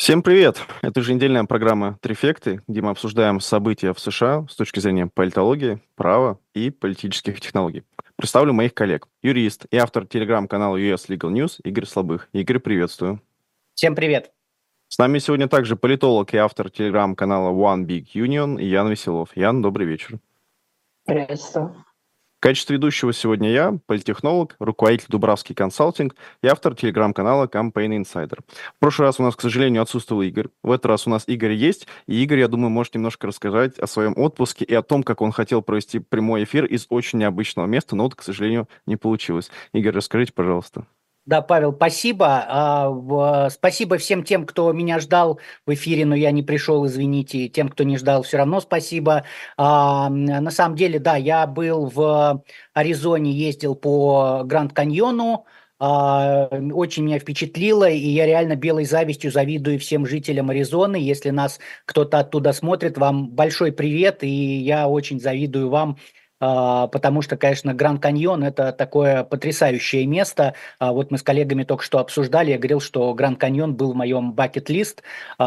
Всем привет! Это еженедельная программа «Трефекты», где мы обсуждаем события в США с точки зрения политологии, права и политических технологий. Представлю моих коллег. Юрист и автор телеграм-канала US Legal News Игорь Слабых. Игорь, приветствую. Всем привет. С нами сегодня также политолог и автор телеграм-канала One Big Union Ян Веселов. Ян, добрый вечер. Приветствую. В качестве ведущего сегодня я, политтехнолог, руководитель Дубравский консалтинг и автор телеграм-канала Campaign Insider. В прошлый раз у нас, к сожалению, отсутствовал Игорь. В этот раз у нас Игорь есть, и Игорь, я думаю, может немножко рассказать о своем отпуске и о том, как он хотел провести прямой эфир из очень необычного места, но вот, к сожалению, не получилось. Игорь, расскажите, пожалуйста. Да, Павел, спасибо. Спасибо всем тем, кто меня ждал в эфире, но я не пришел, извините. Тем, кто не ждал, все равно спасибо. На самом деле, да, я был в Аризоне, ездил по Гранд Каньону. Очень меня впечатлило, и я реально белой завистью завидую всем жителям Аризоны. Если нас кто-то оттуда смотрит, вам большой привет, и я очень завидую вам. Потому что, конечно, Гранд Каньон – это такое потрясающее место. Вот мы с коллегами только что обсуждали, я говорил, что Гранд Каньон был в моем бакет-лист,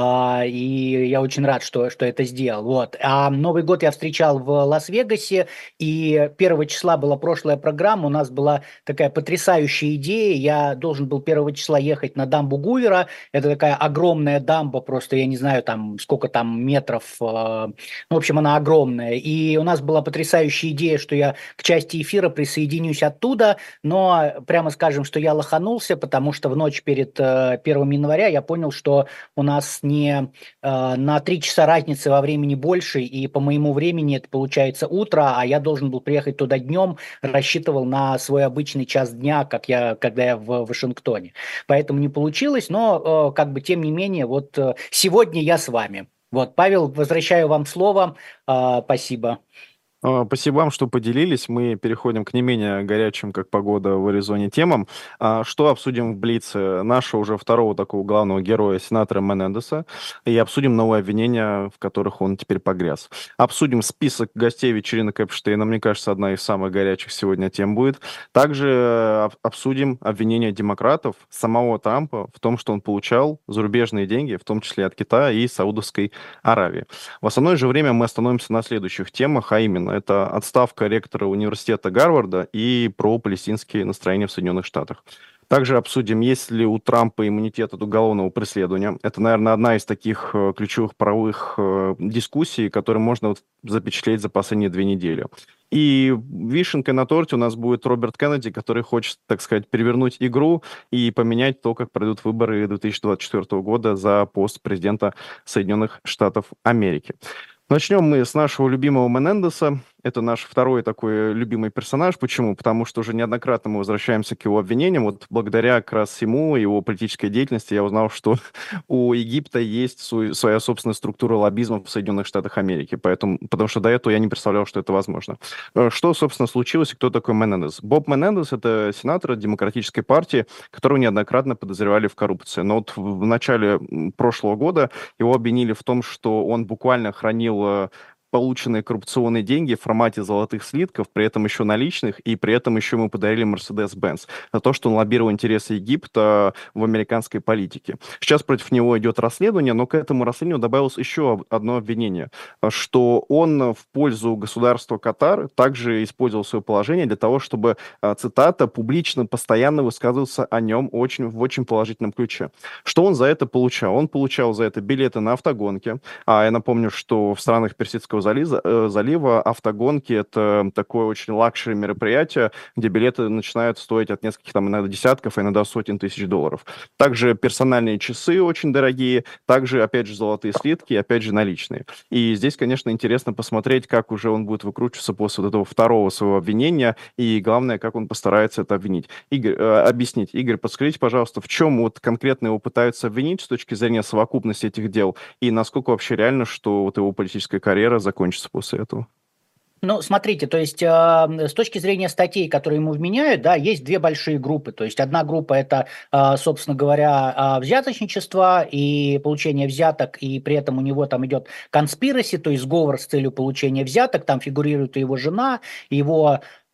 и я очень рад, что это сделал. Вот. А Новый год я встречал в Лас-Вегасе, и 1 числа была прошлая программа, у нас была такая потрясающая идея, я должен был 1 числа ехать на дамбу Гувера, это такая огромная дамба, просто я не знаю, там сколько там метров, ну, в общем, она огромная, и у нас была потрясающая идея, что я к части эфира присоединюсь оттуда, но прямо скажем, что я лоханулся, потому что в ночь перед 1 января я понял, что у нас не на 3 часа разницы во времени больше, и по моему времени это получается утро, а я должен был приехать туда днем, рассчитывал на свой обычный час дня, когда я в Вашингтоне. Поэтому не получилось, но как бы тем не менее, вот сегодня я с вами. Вот, Павел, возвращаю вам слово. Спасибо. Спасибо вам, что поделились. Мы переходим к не менее горячим, как погода в Аризоне, темам. Что обсудим в Блице? Нашего уже второго такого главного героя, сенатора Менендеса, и обсудим новые обвинения, в которых он теперь погряз. Обсудим список гостей вечеринок Эпштейна. Мне кажется, одна из самых горячих сегодня тем будет. Также обсудим обвинения демократов, самого Трампа, в том, что он получал зарубежные деньги, в том числе от Китая и Саудовской Аравии. В остальное же время мы остановимся на следующих темах, а именно это отставка ректора университета Гарварда и про палестинские настроения в Соединенных Штатах. Также обсудим, есть ли у Трампа иммунитет от уголовного преследования. Это, наверное, одна из таких ключевых правовых дискуссий, которые можно запечатлеть за последние 2 недели. И вишенкой на торте у нас будет Роберт Кеннеди, который хочет, так сказать, перевернуть игру и поменять то, как пройдут выборы 2024 года за пост президента Соединенных Штатов Америки. Начнем мы с нашего любимого Менендеса. Это наш второй такой любимый персонаж. Почему? Потому что уже неоднократно мы возвращаемся к его обвинениям. Вот благодаря как раз ему и его политической деятельности я узнал, что у Египта есть своя собственная структура лоббизма в Соединенных Штатах Америки. Потому что до этого я не представлял, что это возможно. Что, собственно, случилось и кто такой Менендес? Боб Менендес – это сенатор Демократической партии, которого неоднократно подозревали в коррупции. Но вот в начале прошлого года его обвинили в том, что он буквально хранил полученные коррупционные деньги в формате золотых слитков, при этом еще наличных, и при этом еще ему подарили Mercedes-Benz за то, что он лоббировал интересы Египта в американской политике. Сейчас против него идет расследование, но к этому расследованию добавилось еще одно обвинение, что он в пользу государства Катар также использовал свое положение для того, чтобы, цитата, публично, постоянно высказываться о нем в очень положительном ключе. Что он за это получал? Он получал за это билеты на автогонки. Я напомню, что в странах Персидского залива автогонки — это такое очень лакшери мероприятие, где билеты начинают стоить от нескольких, там, иногда десятков, а иногда сотен тысяч долларов. Также персональные часы очень дорогие, также, опять же, золотые слитки, и, опять же, наличные. И здесь, конечно, интересно посмотреть, как уже он будет выкручиваться после вот этого второго своего обвинения, и главное, как он постарается это объяснить. Игорь, подскажите, пожалуйста, в чем вот конкретно его пытаются обвинить с точки зрения совокупности этих дел, и насколько вообще реально, что вот его политическая карьера закончится после этого? Ну, смотрите, то есть с точки зрения статей, которые ему вменяют, да, есть две большие группы. То есть одна группа – это, собственно говоря, взяточничество и получение взяток, и при этом у него там идет conspiracy, то есть сговор с целью получения взяток, там фигурирует и его жена, и его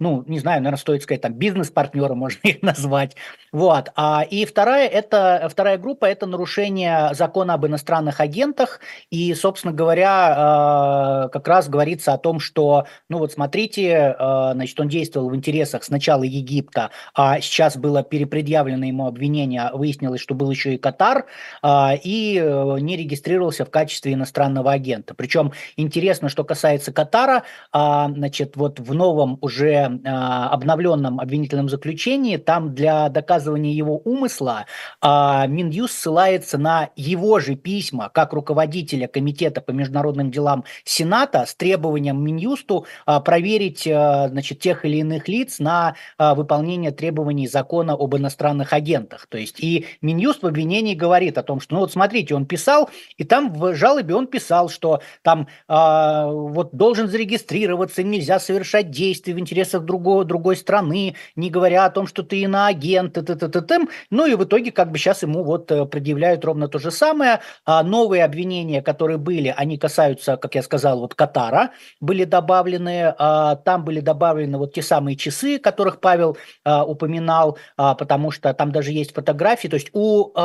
ну, не знаю, наверное, стоит сказать, там, бизнес-партнеры, можно их назвать. Вот. И вторая группа – это нарушение закона об иностранных агентах. И, собственно говоря, как раз говорится о том, что, ну вот смотрите, значит, он действовал в интересах сначала Египта, а сейчас было перепредъявлено ему обвинение, выяснилось, что был еще и Катар, и не регистрировался в качестве иностранного агента. Причем интересно, что касается Катара, значит, вот в новом уже обновленном обвинительном заключении, там для доказывания его умысла Минюст ссылается на его же письма, как руководителя Комитета по международным делам Сената, с требованием Минюсту проверить, значит, тех или иных лиц на выполнение требований закона об иностранных агентах. То есть и Минюст в обвинении говорит о том, что, ну вот смотрите, он писал, и там в жалобе он писал, что там вот должен зарегистрироваться, нельзя совершать действия в интересах другой страны, не говоря о том, что ты иноагент, ну и в итоге как бы сейчас ему вот предъявляют ровно то же самое. Новые обвинения, которые были, они касаются, как я сказал, вот Катара, были добавлены, там были добавлены вот те самые часы, которых Павел упоминал, потому что там даже есть фотографии, то есть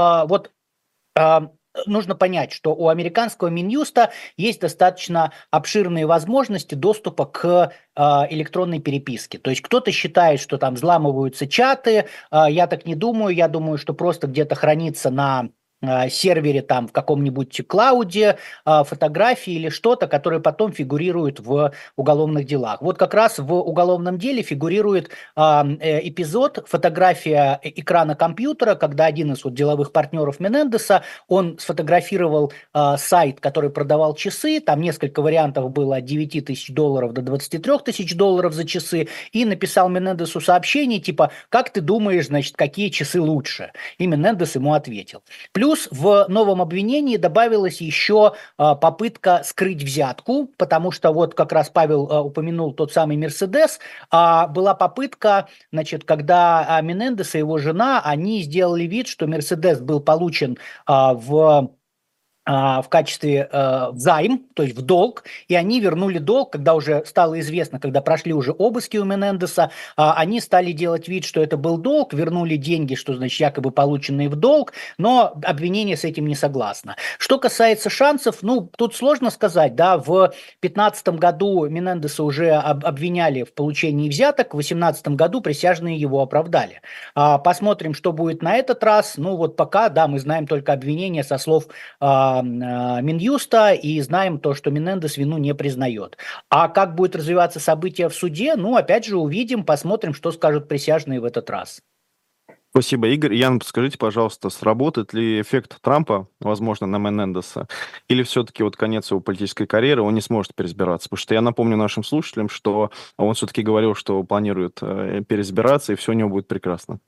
нужно понять, что у американского Минюста есть достаточно обширные возможности доступа к электронной переписке. То есть кто-то считает, что там взламываются чаты, я так не думаю, я думаю, что просто где-то хранится на сервере там в каком-нибудь клауде фотографии или что-то, которые потом фигурируют в уголовных делах. Вот как раз в уголовном деле фигурирует эпизод, фотография экрана компьютера, когда один из вот деловых партнеров Менендеса, он сфотографировал сайт, который продавал часы, там несколько вариантов было от $9 тысяч до $23 тысяч за часы, и написал Менендесу сообщение типа «Как ты думаешь, значит, какие часы лучше?» И Менендес ему ответил. Плюс в новом обвинении добавилась еще попытка скрыть взятку, потому что вот как раз Павел упомянул тот самый Мерседес, была попытка, значит, когда Менендес и его жена, они сделали вид, что Мерседес был получен в качестве займ, то есть в долг, и они вернули долг, когда уже стало известно, когда прошли уже обыски у Менендеса, они стали делать вид, что это был долг, вернули деньги, что значит якобы полученные в долг, но обвинение с этим не согласно. Что касается шансов, ну, тут сложно сказать, да, в 2015 году Менендеса уже обвиняли в получении взяток, в 2018 году присяжные его оправдали. Посмотрим, что будет на этот раз, ну, вот пока, да, мы знаем только обвинения со слов Минюста и знаем то, что Менендес вину не признает. А как будет развиваться события в суде, ну, опять же, увидим, посмотрим, что скажут присяжные в этот раз. Спасибо, Игорь. Ян, скажите, пожалуйста, сработает ли эффект Трампа, возможно, на Менендеса, или все-таки вот конец его политической карьеры, он не сможет переизбираться? Потому что я напомню нашим слушателям, что он все-таки говорил, что планирует переизбираться, и все у него будет прекрасно.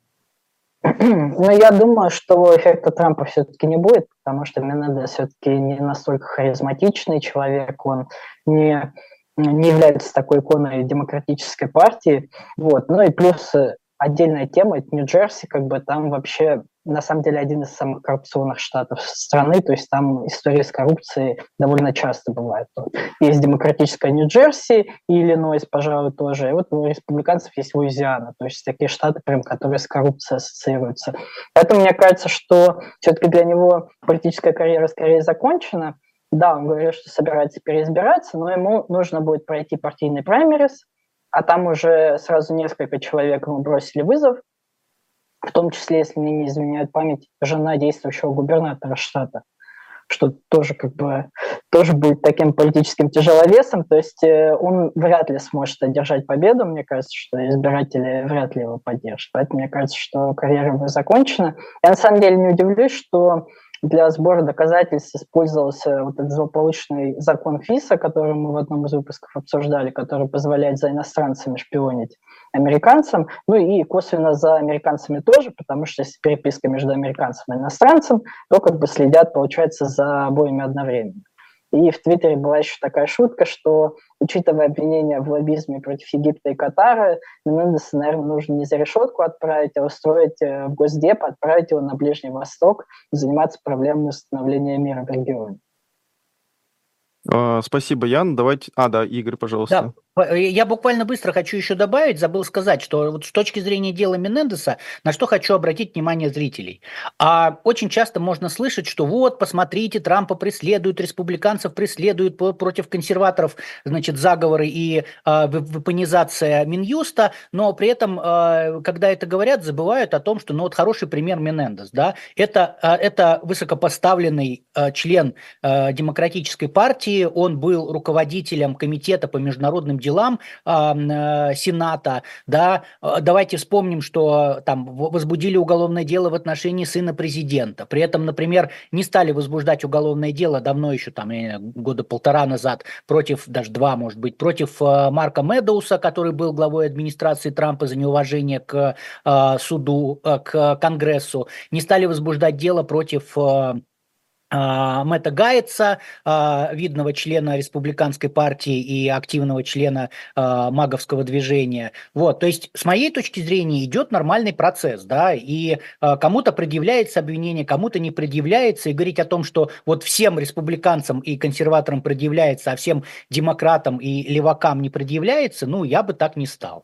Но я думаю, что эффекта Трампа все-таки не будет, потому что Менендес все-таки не настолько харизматичный человек, он не является такой иконой демократической партии. Вот. Ну и плюс отдельная тема – это Нью-Джерси, как бы там вообще на самом деле один из самых коррупционных штатов страны, то есть там истории с коррупцией довольно часто бывают. Есть демократическая Нью-Джерси и Иллинойс, пожалуй, тоже, и вот у республиканцев есть Луизиана, то есть такие штаты, прям, которые с коррупцией ассоциируются. Поэтому мне кажется, что все-таки для него политическая карьера скорее закончена. Да, он говорит, что собирается переизбираться, но ему нужно будет пройти партийный праймерис, а там уже сразу несколько человек ему бросили вызов, в том числе, если мне не изменяет память, жена действующего губернатора штата, что тоже как бы тоже будет таким политическим тяжеловесом, то есть он вряд ли сможет одержать победу, мне кажется, что избиратели вряд ли его поддержат, поэтому мне кажется, что карьера его закончена. Я на самом деле не удивлюсь, что для сбора доказательств использовался вот этот злополучный закон ФИСа, который мы в одном из выпусков обсуждали, который позволяет за иностранцами шпионить американцам, ну и косвенно за американцами тоже, потому что если переписка между американцем и иностранцем, то как бы следят, получается, за обоими одновременно. И в Твиттере была еще такая шутка, что, учитывая обвинения в лоббизме против Египта и Катара, Менендеса, наверное, нужно не за решетку отправить, а устроить в Госдеп, отправить его на Ближний Восток и заниматься проблемой установления мира в регионе. Спасибо, Ян. Давайте... да, Игорь, пожалуйста. Я буквально быстро хочу еще добавить, забыл сказать, что вот с точки зрения дела Менендеса, на что хочу обратить внимание зрителей. Очень часто можно слышать, что вот, посмотрите, Трампа преследуют, республиканцев преследуют против консерваторов, значит, заговоры и вепонизация Минюста, но при этом, когда это говорят, забывают о том, что, ну вот хороший пример Менендес, да, это высокопоставленный член Демократической партии, он был руководителем комитета по международным делам Сената, да, давайте вспомним, что там возбудили уголовное дело в отношении сына президента, при этом, например, не стали возбуждать уголовное дело давно еще, там, года полтора назад, против, даже два, может быть, против Марка Медоуса, который был главой администрации Трампа за неуважение к суду, к Конгрессу, не стали возбуждать дело против Мэтта Гайтса, видного члена республиканской партии и активного члена маговского движения. Вот, то есть, с моей точки зрения, идет нормальный процесс, да, и кому-то предъявляется обвинение, кому-то не предъявляется, и говорить о том, что вот всем республиканцам и консерваторам предъявляется, а всем демократам и левакам не предъявляется, ну, я бы так не стал.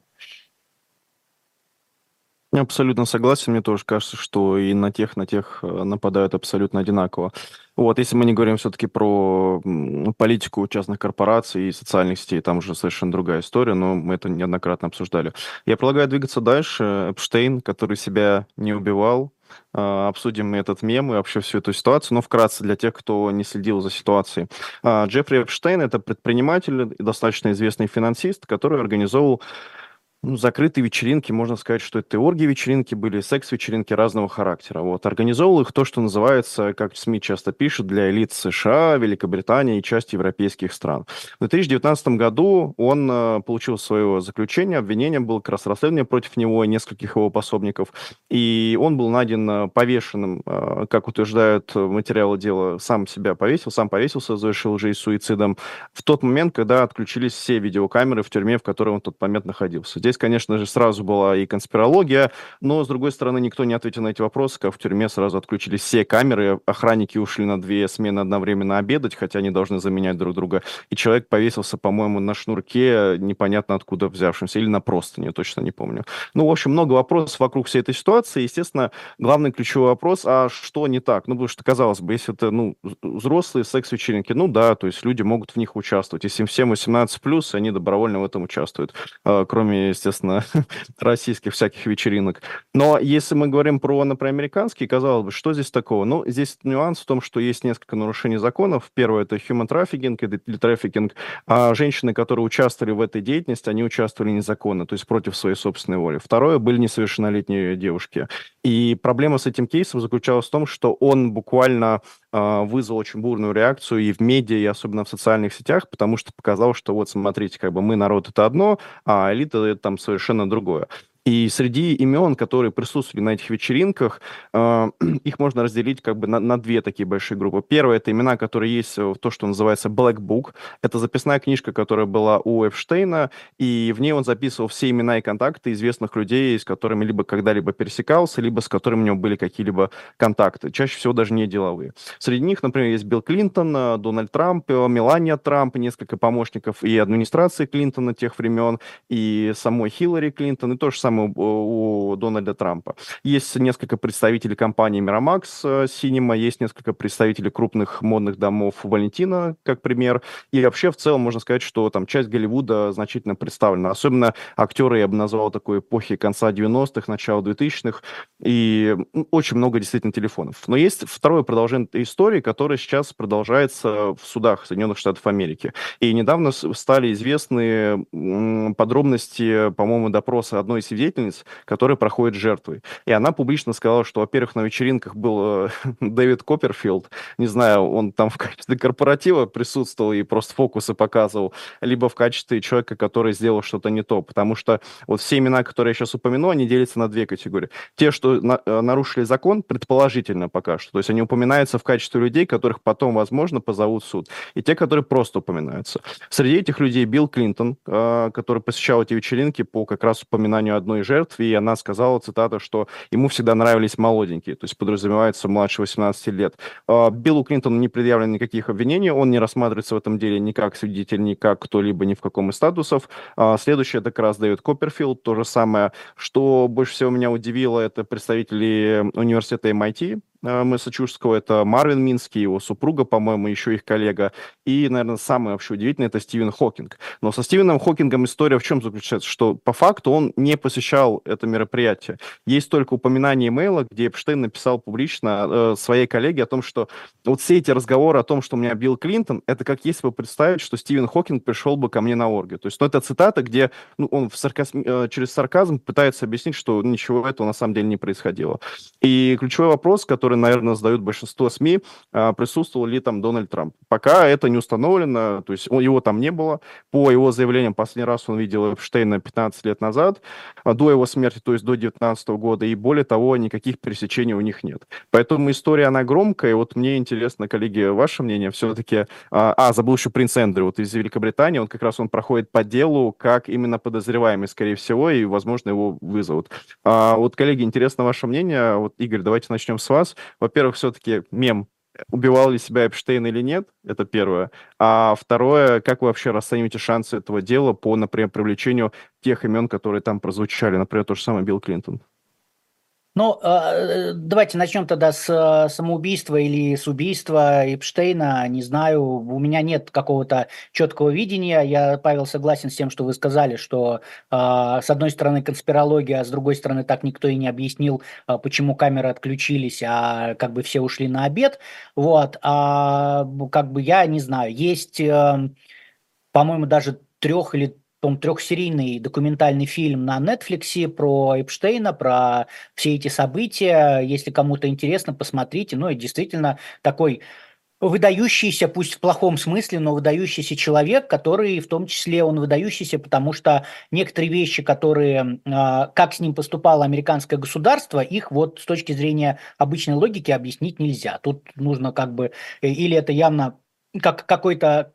Я абсолютно согласен. Мне тоже кажется, что и на тех нападают абсолютно одинаково. Вот, если мы не говорим все-таки про политику частных корпораций и социальных сетей, там уже совершенно другая история, но мы это неоднократно обсуждали. Я предлагаю двигаться дальше. Эпштейн, который себя не убивал. Обсудим этот мем и вообще всю эту ситуацию, но вкратце для тех, кто не следил за ситуацией. Джеффри Эпштейн — это предприниматель и достаточно известный финансист, который организовал закрытые вечеринки, можно сказать, что это и оргии-вечеринки были, секс-вечеринки разного характера. Вот. Организовал их то, что называется, как СМИ часто пишут, для элит США, Великобритании и части европейских стран. В 2019 году он получил свое заключение, обвинение было как раз расследование против него и нескольких его пособников, и он был найден повешенным, как утверждают материалы дела, сам повесился, завершил жизнь суицидом в тот момент, когда отключились все видеокамеры в тюрьме, в которой он в тот момент находился. Здесь, конечно же, сразу была и конспирология, но, с другой стороны, никто не ответил на эти вопросы, как в тюрьме сразу отключились все камеры, охранники ушли на 2 смены одновременно обедать, хотя они должны заменять друг друга, и человек повесился, по-моему, на шнурке, непонятно откуда взявшемся, или на простыне, точно не помню. Ну, в общем, много вопросов вокруг всей этой ситуации. Естественно, главный ключевой вопрос, а что не так? Ну, потому что, казалось бы, если это, взрослые секс-вечеринки, да, то есть люди могут в них участвовать. Если им всем 18+, они добровольно в этом участвуют, кроме, естественно, российских всяких вечеринок. Но если мы говорим про, например, американские, казалось бы, что здесь такого? Ну, здесь нюанс в том, что есть несколько нарушений законов. Первое — это human trafficking или трафикинг. А женщины, которые участвовали в этой деятельности, они участвовали незаконно, то есть против своей собственной воли. Второе — были несовершеннолетние девушки. И проблема с этим кейсом заключалась в том, что он буквально вызвал очень бурную реакцию и в медиа, и особенно в социальных сетях, потому что показал, что вот смотрите, как бы мы народ — это одно, а элита — это там совершенно другое. И среди имен, которые присутствовали на этих вечеринках, их можно разделить как бы на две такие большие группы. Первое — это имена, которые есть в то, что называется Black Book. Это записная книжка, которая была у Эпштейна, и в ней он записывал все имена и контакты известных людей, с которыми либо когда-либо пересекался, либо с которыми у него были какие-либо контакты. Чаще всего даже не деловые. Среди них, например, есть Билл Клинтон, Дональд Трамп, Мелания Трамп, несколько помощников и администрации Клинтона тех времен, и самой Хиллари Клинтон, и то же самое у Дональда Трампа. Есть несколько представителей компании Miramax Cinema, есть несколько представителей крупных модных домов Валентина, как пример. И вообще, в целом, можно сказать, что там часть Голливуда значительно представлена. Особенно актеры, я бы назвал, такой эпохи конца 90-х, начала 2000-х. И очень много действительно телефонов. Но есть второе продолжение этой истории, которое сейчас продолжается в судах Соединенных Штатов Америки. И недавно стали известны подробности, по-моему, допроса одной из свидетельниц, которая проходит жертвой. И она публично сказала, что, во-первых, на вечеринках был Дэвид Копперфилд, не знаю, он там в качестве корпоратива присутствовал и просто фокусы показывал, либо в качестве человека, который сделал что-то не то, потому что вот все имена, которые я сейчас упомяну, они делятся на две категории. Те, что нарушили закон, предположительно пока что, то есть они упоминаются в качестве людей, которых потом, возможно, позовут в суд, и те, которые просто упоминаются. Среди этих людей Билл Клинтон, который посещал эти вечеринки по как раз упоминанию одной одной из жертв, и она сказала, цитата, что ему всегда нравились молоденькие, то есть подразумевается младше 18 лет. Биллу Клинтону не предъявлено никаких обвинений, он не рассматривается в этом деле ни как свидетель, ни как кто-либо, ни в каком из статусов. Следующий это как раз Дэвид Копперфилд, то же самое. Что больше всего меня удивило, это представители университета MIT, Массачусетского, это Марвин Минский, его супруга, по-моему, еще их коллега. И, наверное, самое вообще удивительное, это Стивен Хокинг. Но со Стивеном Хокингом история в чем заключается? Что по факту он не посещал это мероприятие. Есть только упоминание имейла, где Эпштейн написал публично своей коллеге о том, что вот все эти разговоры о том, что у меня Билл Клинтон, это как если бы представить, что Стивен Хокинг пришел бы ко мне на оргию. То есть, это цитата, где он через сарказм пытается объяснить, что ничего этого на самом деле не происходило. И ключевой вопрос, который, наверное, задают большинство СМИ, присутствовал ли там Дональд Трамп. Пока это не установлено, то есть его там не было. По его заявлениям, последний раз он видел Эпштейна 15 лет назад, до его смерти, то есть до 2019 года, и более того, никаких пересечений у них нет. Поэтому история, она громкая, и вот мне интересно, коллеги, ваше мнение, все-таки... забыл еще принц Эндрю, вот из Великобритании, он проходит по делу как именно подозреваемый, скорее всего, и, возможно, его вызовут. Вот, коллеги, интересно ваше мнение. Вот, Игорь, давайте начнем с вас. Во-первых, все-таки мем. Убивал ли себя Эпштейн или нет? Это первое. А второе, как вы вообще расцениваете шансы этого дела по, например, привлечению тех имен, которые там прозвучали? Например, то же самое Билл Клинтон. Ну, давайте начнем тогда с самоубийства или с убийства Эпштейна. Не знаю, у меня нет какого-то четкого видения. Я, Павел, согласен с тем, что вы сказали, что с одной стороны конспирология, а с другой стороны так никто и не объяснил, почему камеры отключились, а как бы все ушли на обед. Вот, как бы я не знаю, есть, по-моему, даже трехсерийный документальный фильм на Netflix про Эпштейна, про все эти события. Если кому-то интересно, посмотрите. Ну и действительно такой выдающийся, пусть в плохом смысле, но выдающийся человек, который в том числе он выдающийся, потому что некоторые вещи, которые, как с ним поступало американское государство, их вот с точки зрения обычной логики объяснить нельзя. Тут нужно как бы, или это явно какое-то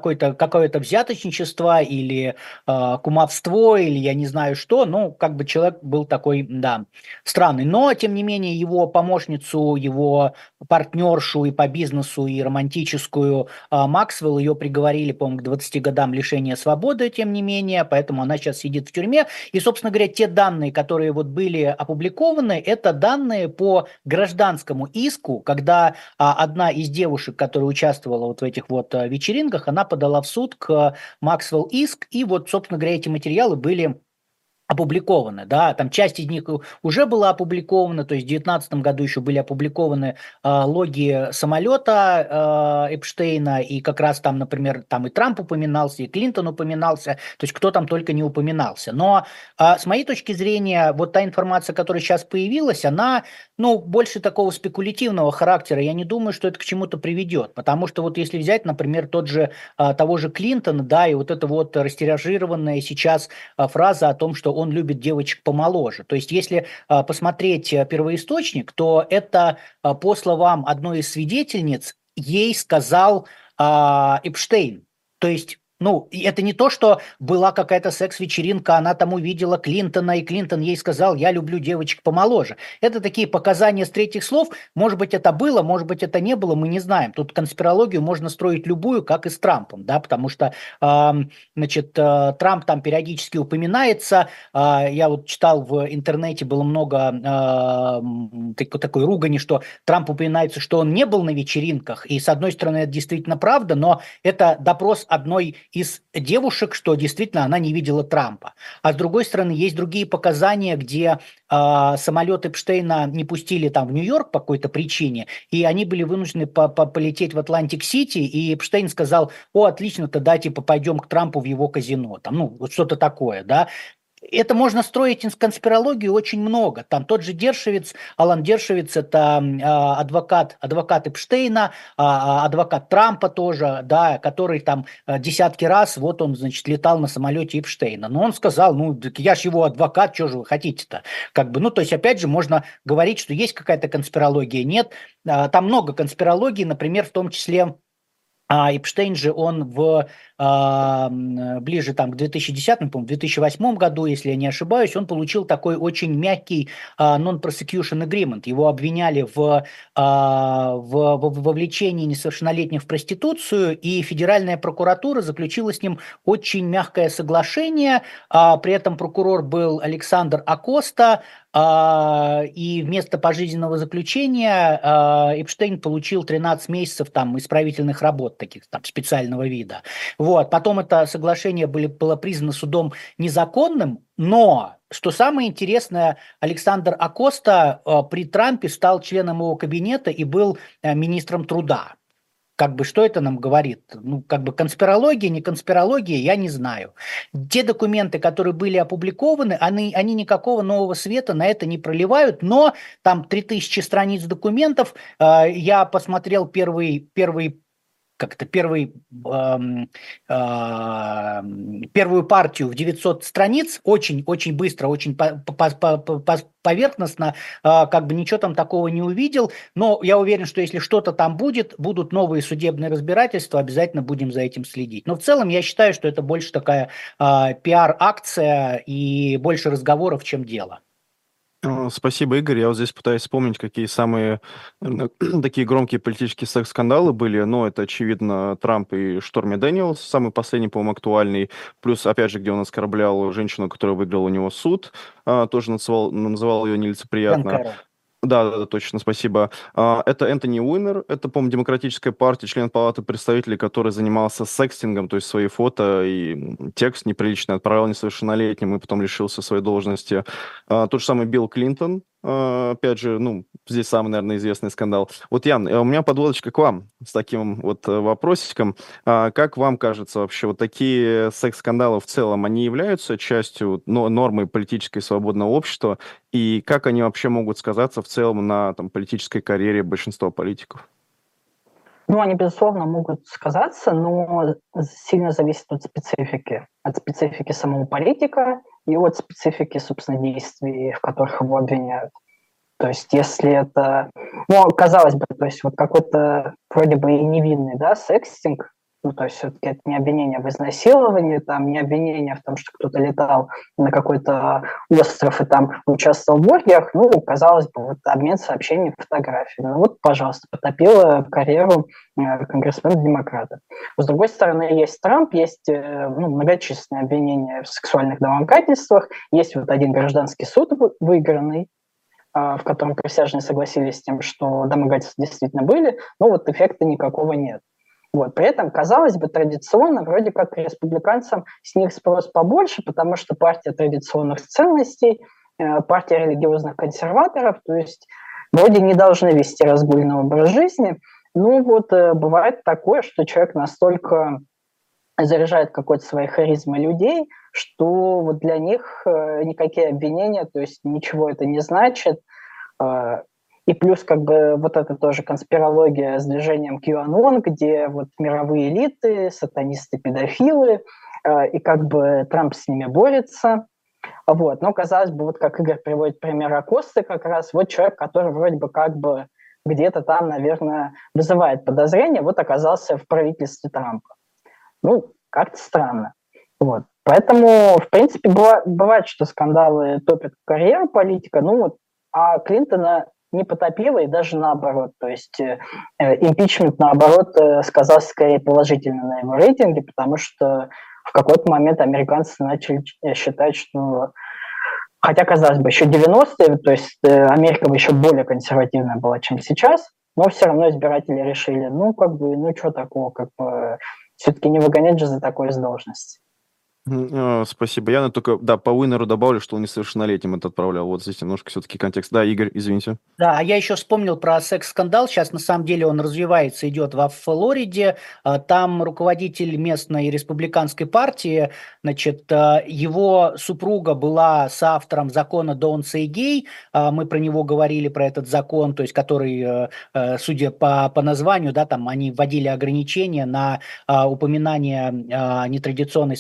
взяточничество или кумовство, или я не знаю что, ну, как бы человек был такой, да, странный. Но, тем не менее, его помощницу, его партнершу и по бизнесу, и романтическую Максвелл, ее приговорили, по-моему, к 20 годам лишения свободы, тем не менее, поэтому она сейчас сидит в тюрьме. И, собственно говоря, те данные, которые вот были опубликованы, это данные по гражданскому иску, когда одна из девушек, которая участвовала вот в этих вот вечеринках, она подала в суд к Максвелл иск, и вот, собственно говоря, эти материалы были опубликованы, да, там часть из них уже была опубликована, то есть в 2019 году еще были опубликованы логи самолета Эпштейна, и как раз там, например, там и Трамп упоминался, и Клинтон упоминался, то есть кто там только не упоминался. Но с моей точки зрения, вот та информация, которая сейчас появилась, она, ну, больше такого спекулятивного характера, я не думаю, что это к чему-то приведет, потому что вот если взять, например, того же Клинтона, да, и вот эта вот растиражированная сейчас фраза о том, что он любит девочек помоложе. То есть, если посмотреть первоисточник, то это, по словам одной из свидетельниц, ей сказал Эпштейн. То есть, ну, это не то, что была какая-то секс-вечеринка, она там увидела Клинтона, и Клинтон ей сказал, я люблю девочек помоложе. Это такие показания с третьих слов. Может быть, это было, может быть, это не было, мы не знаем. Тут конспирологию можно строить любую, как и с Трампом, да, потому что, Трамп там периодически упоминается. Я вот читал в интернете, было много такой ругани, что Трамп упоминается, что он не был на вечеринках, и с одной стороны, это действительно правда, но это допрос одной из девушек, что действительно она не видела Трампа. А с другой стороны, есть другие показания, где самолет Эпштейна не пустили там в Нью-Йорк по какой-то причине, и они были вынуждены полететь в Атлантик-Сити, и Эпштейн сказал, отлично, тогда типа пойдем к Трампу в его казино. Там, ну, вот что-то такое, да. Это можно строить из конспирологии очень много. Там тот же Дершевиц, Алан Дершевиц, это адвокат Эпштейна, адвокат Трампа тоже, да, который там десятки раз, вот он, значит, летал на самолете Эпштейна. Но он сказал, ну, я ж его адвокат, что же вы хотите-то? Как бы, ну, то есть, опять же, можно говорить, что есть какая-то конспирология. Нет, там много конспирологий, например, в том числе А Эпштейн же он ближе там, к 2010, по-моему, 2008 году, если я не ошибаюсь, он получил такой очень мягкий non-prosecution agreement. Его обвиняли в вовлечении несовершеннолетних в проституцию, и Федеральная прокуратура заключила с ним очень мягкое соглашение. При этом прокурор был Александр Акоста, и вместо пожизненного заключения Эпштейн получил 13 месяцев там исправительных работ таких там специального вида. Вот. Потом это соглашение было признано судом незаконным, но, что самое интересное, Александр Акоста при Трампе стал членом его кабинета и был министром труда. Как бы что это нам говорит? Ну, как бы конспирология, не конспирология, я не знаю. Те документы, которые были опубликованы, они никакого нового света на это не проливают, но там 3000 страниц документов. Я посмотрел первую партию в 900 страниц, очень быстро, очень поверхностно, как бы ничего там такого не увидел, но я уверен, что если что-то там будут новые судебные разбирательства, обязательно будем за этим следить. Но в целом я считаю, что это больше такая пиар-акция и больше разговоров, чем дело. Спасибо, Игорь. Я вот здесь пытаюсь вспомнить, какие самые такие громкие политические секс-скандалы были. Но это, очевидно, Трамп и Шторми Дэниелс, самый последний, по-моему, актуальный. Плюс, опять же, где он оскорблял женщину, которая выиграла у него суд, тоже называл ее нелицеприятно. Да, точно, спасибо. Это Энтони Уинер, это, по-моему, Демократическая партия, член Палаты представителей, который занимался секстингом, то есть свои фото и текст неприличный отправлял несовершеннолетним и потом лишился своей должности. Тот же самый Билл Клинтон, опять же, ну, здесь самый, наверное, известный скандал. Вот, Ян, у меня подводочка к вам с таким вот вопросиком. Как вам кажется вообще, вот такие секс-скандалы в целом, они являются частью нормы политической свободного общества? И как они вообще могут сказаться в целом на там, политической карьере большинства политиков? Ну, они, безусловно, могут сказаться, но сильно зависит от специфики самого политика и от специфики, собственно, действий, в которых его обвиняют. То есть, если это, ну, казалось бы, то есть вот какой-то вроде бы и невинный, да, секстинг, ну, то есть все-таки это не обвинение в изнасиловании, там, не обвинение в том, что кто-то летал на какой-то остров и там участвовал в оргиях, ну, казалось бы, вот обмен сообщениями, фотографиями. Ну, вот, пожалуйста, потопила карьеру конгрессмена-демократа. С другой стороны, есть Трамп, есть многочисленные обвинения в сексуальных домогательствах, есть вот один гражданский суд выигранный, в котором присяжные согласились с тем, что домогательства действительно были, но вот эффекта никакого нет. Вот. При этом, казалось бы, традиционно, вроде как республиканцам с них спрос побольше, потому что партия традиционных ценностей, партия религиозных консерваторов, то есть вроде не должны вести разгульный образ жизни. Ну вот бывает такое, что человек настолько заряжает какой-то своей харизмой людей, что вот для них никакие обвинения, то есть ничего это не значит. И плюс как бы вот это тоже конспирология с движением QAnon, где вот мировые элиты, сатанисты, педофилы, и как бы Трамп с ними борется. Вот. Но, казалось бы, вот как Игорь приводит пример Акосты, как раз вот человек, который вроде бы как бы где-то там, наверное, вызывает подозрения, вот оказался в правительстве Трампа. Ну, как-то странно. Вот. Поэтому, в принципе, бывает, что скандалы топят карьеру политика, ну вот, а Клинтона не потопило, и даже наоборот. То есть импичмент, наоборот, сказался скорее положительно на его рейтинге, потому что в какой-то момент американцы начали считать, что, хотя, казалось бы, еще 90-е, то есть Америка еще более консервативная была, чем сейчас, но все равно избиратели решили, ну, как бы, ну, что такого, как бы, все-таки не выгонять же за такое с должности. Спасибо. Я только, да, по Уинеру добавлю, что он несовершеннолетним это отправлял. Вот здесь немножко все-таки контекст. Да, Игорь, извините. Да, а я еще вспомнил про секс-скандал. Сейчас, на самом деле, он развивается, идет во Флориде. Там руководитель местной республиканской партии, значит, его супруга была соавтором закона Don't Say Gay. Мы про него говорили, про этот закон, то есть, который, судя по названию, да, там они вводили ограничения на упоминание нетрадиционной сексуальной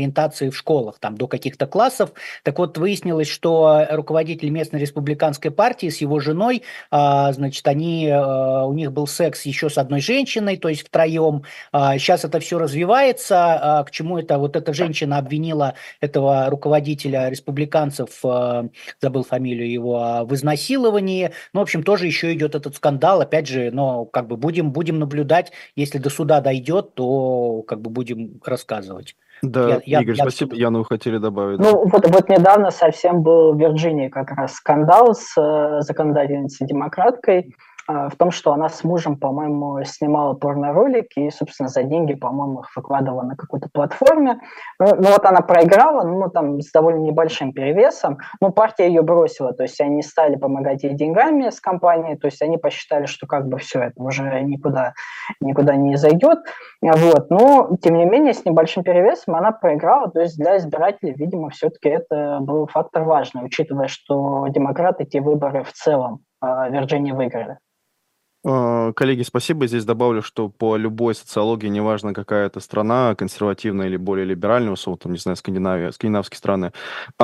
ориентации в школах, там до каких-то классов. Так вот, выяснилось, что руководитель местной республиканской партии с его женой, значит, у них был секс еще с одной женщиной, то есть втроем. Сейчас это все развивается. К чему это? Вот эта женщина обвинила этого руководителя республиканцев, забыл фамилию его, в изнасиловании. Ну, в общем, тоже еще идет этот скандал. Опять же, но как бы будем наблюдать. Если до суда дойдет, то как бы будем рассказывать. Да, Игорь, Я спасибо. Яну вы хотели добавить. Да. Ну, вот недавно совсем был в Вирджинии как раз скандал с законодательницей-демократкой в том, что она с мужем, по-моему, снимала порно-ролики и, собственно, за деньги, по-моему, их выкладывала на какой-то платформе. Ну, вот она проиграла, ну, там, с довольно небольшим перевесом. Ну, партия ее бросила, то есть они не стали помогать ей деньгами с компанией, то есть они посчитали, что как бы все это уже никуда не зайдет. Вот. Но, тем не менее, с небольшим перевесом она проиграла, то есть для избирателей, видимо, все-таки это был фактор важный, учитывая, что демократы те выборы в целом в Вирджинии выиграли. Коллеги, спасибо. Здесь добавлю, что по любой социологии, неважно какая это страна, консервативная или более либеральная, условно, там, не знаю, скандинавские страны,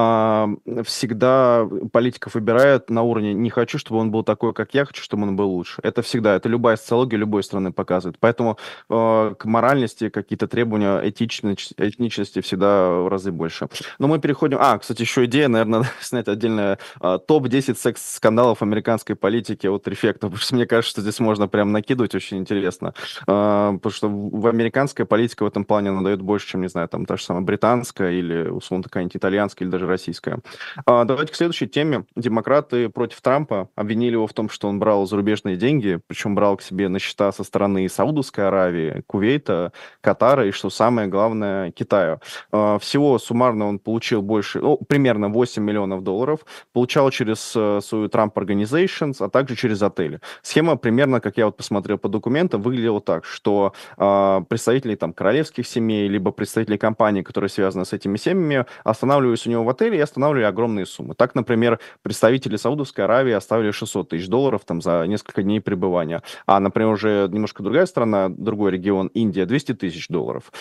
всегда политиков выбирают на уровне «не хочу, чтобы он был такой, как я, хочу, чтобы он был лучше». Это всегда, это любая социология любой страны показывает. Поэтому к моральности какие-то требования этничности всегда в разы больше. Но мы переходим... кстати, еще идея, наверное, надо снять отдельное топ-10 секс-скандалов американской политики от Рефекта, потому что мне кажется, что здесь можно прям накидывать, очень интересно. Потому что американская политика в этом плане она дает больше, чем, не знаю, там та же самая британская или, условно, какая-нибудь итальянская или даже российская. Давайте к следующей теме. Демократы против Трампа обвинили его в том, что он брал зарубежные деньги, причем брал к себе на счета со стороны Саудовской Аравии, Кувейта, Катара и, что самое главное, Китая. Всего суммарно он получил примерно 8 миллионов долларов, получал через свою Trump Organizations, а также через отели. Схема примерно, как я вот посмотрел по документам, выглядела так, что представители там королевских семей, либо представители компаний, которые связаны с этими семьями, останавливались у него в отеле и останавливали огромные суммы. Так, например, представители Саудовской Аравии оставили $600 тысяч там за несколько дней пребывания. А, например, уже немножко другая страна, другой регион, Индия, $200 тысяч.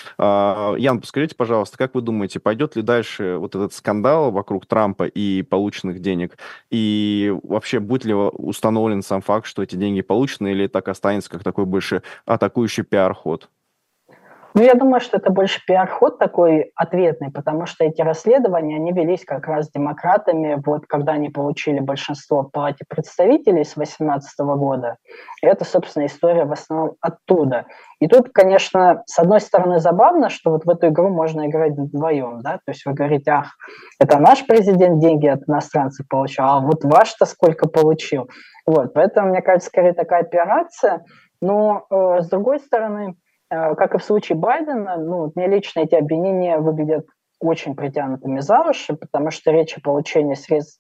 Ян, подскажите, пожалуйста, как вы думаете, пойдет ли дальше вот этот скандал вокруг Трампа и полученных денег? И вообще, будет ли установлен сам факт, что эти деньги получены, или так останется как такой больше атакующий пиар-ход? Ну, я думаю, что это больше пиар-ход такой ответный, потому что эти расследования, они велись как раз демократами, вот когда они получили большинство в Палате представителей с 2018 года. И это, собственно, история в основном оттуда. И тут, конечно, с одной стороны забавно, что вот в эту игру можно играть вдвоем, да, то есть вы говорите, это наш президент деньги от иностранцев получил, а вот ваш-то сколько получил. Вот, поэтому, мне кажется, скорее такая операция. Но, с другой стороны, как и в случае Байдена, мне лично эти обвинения выглядят очень притянутыми за уши, потому что речь о получении средств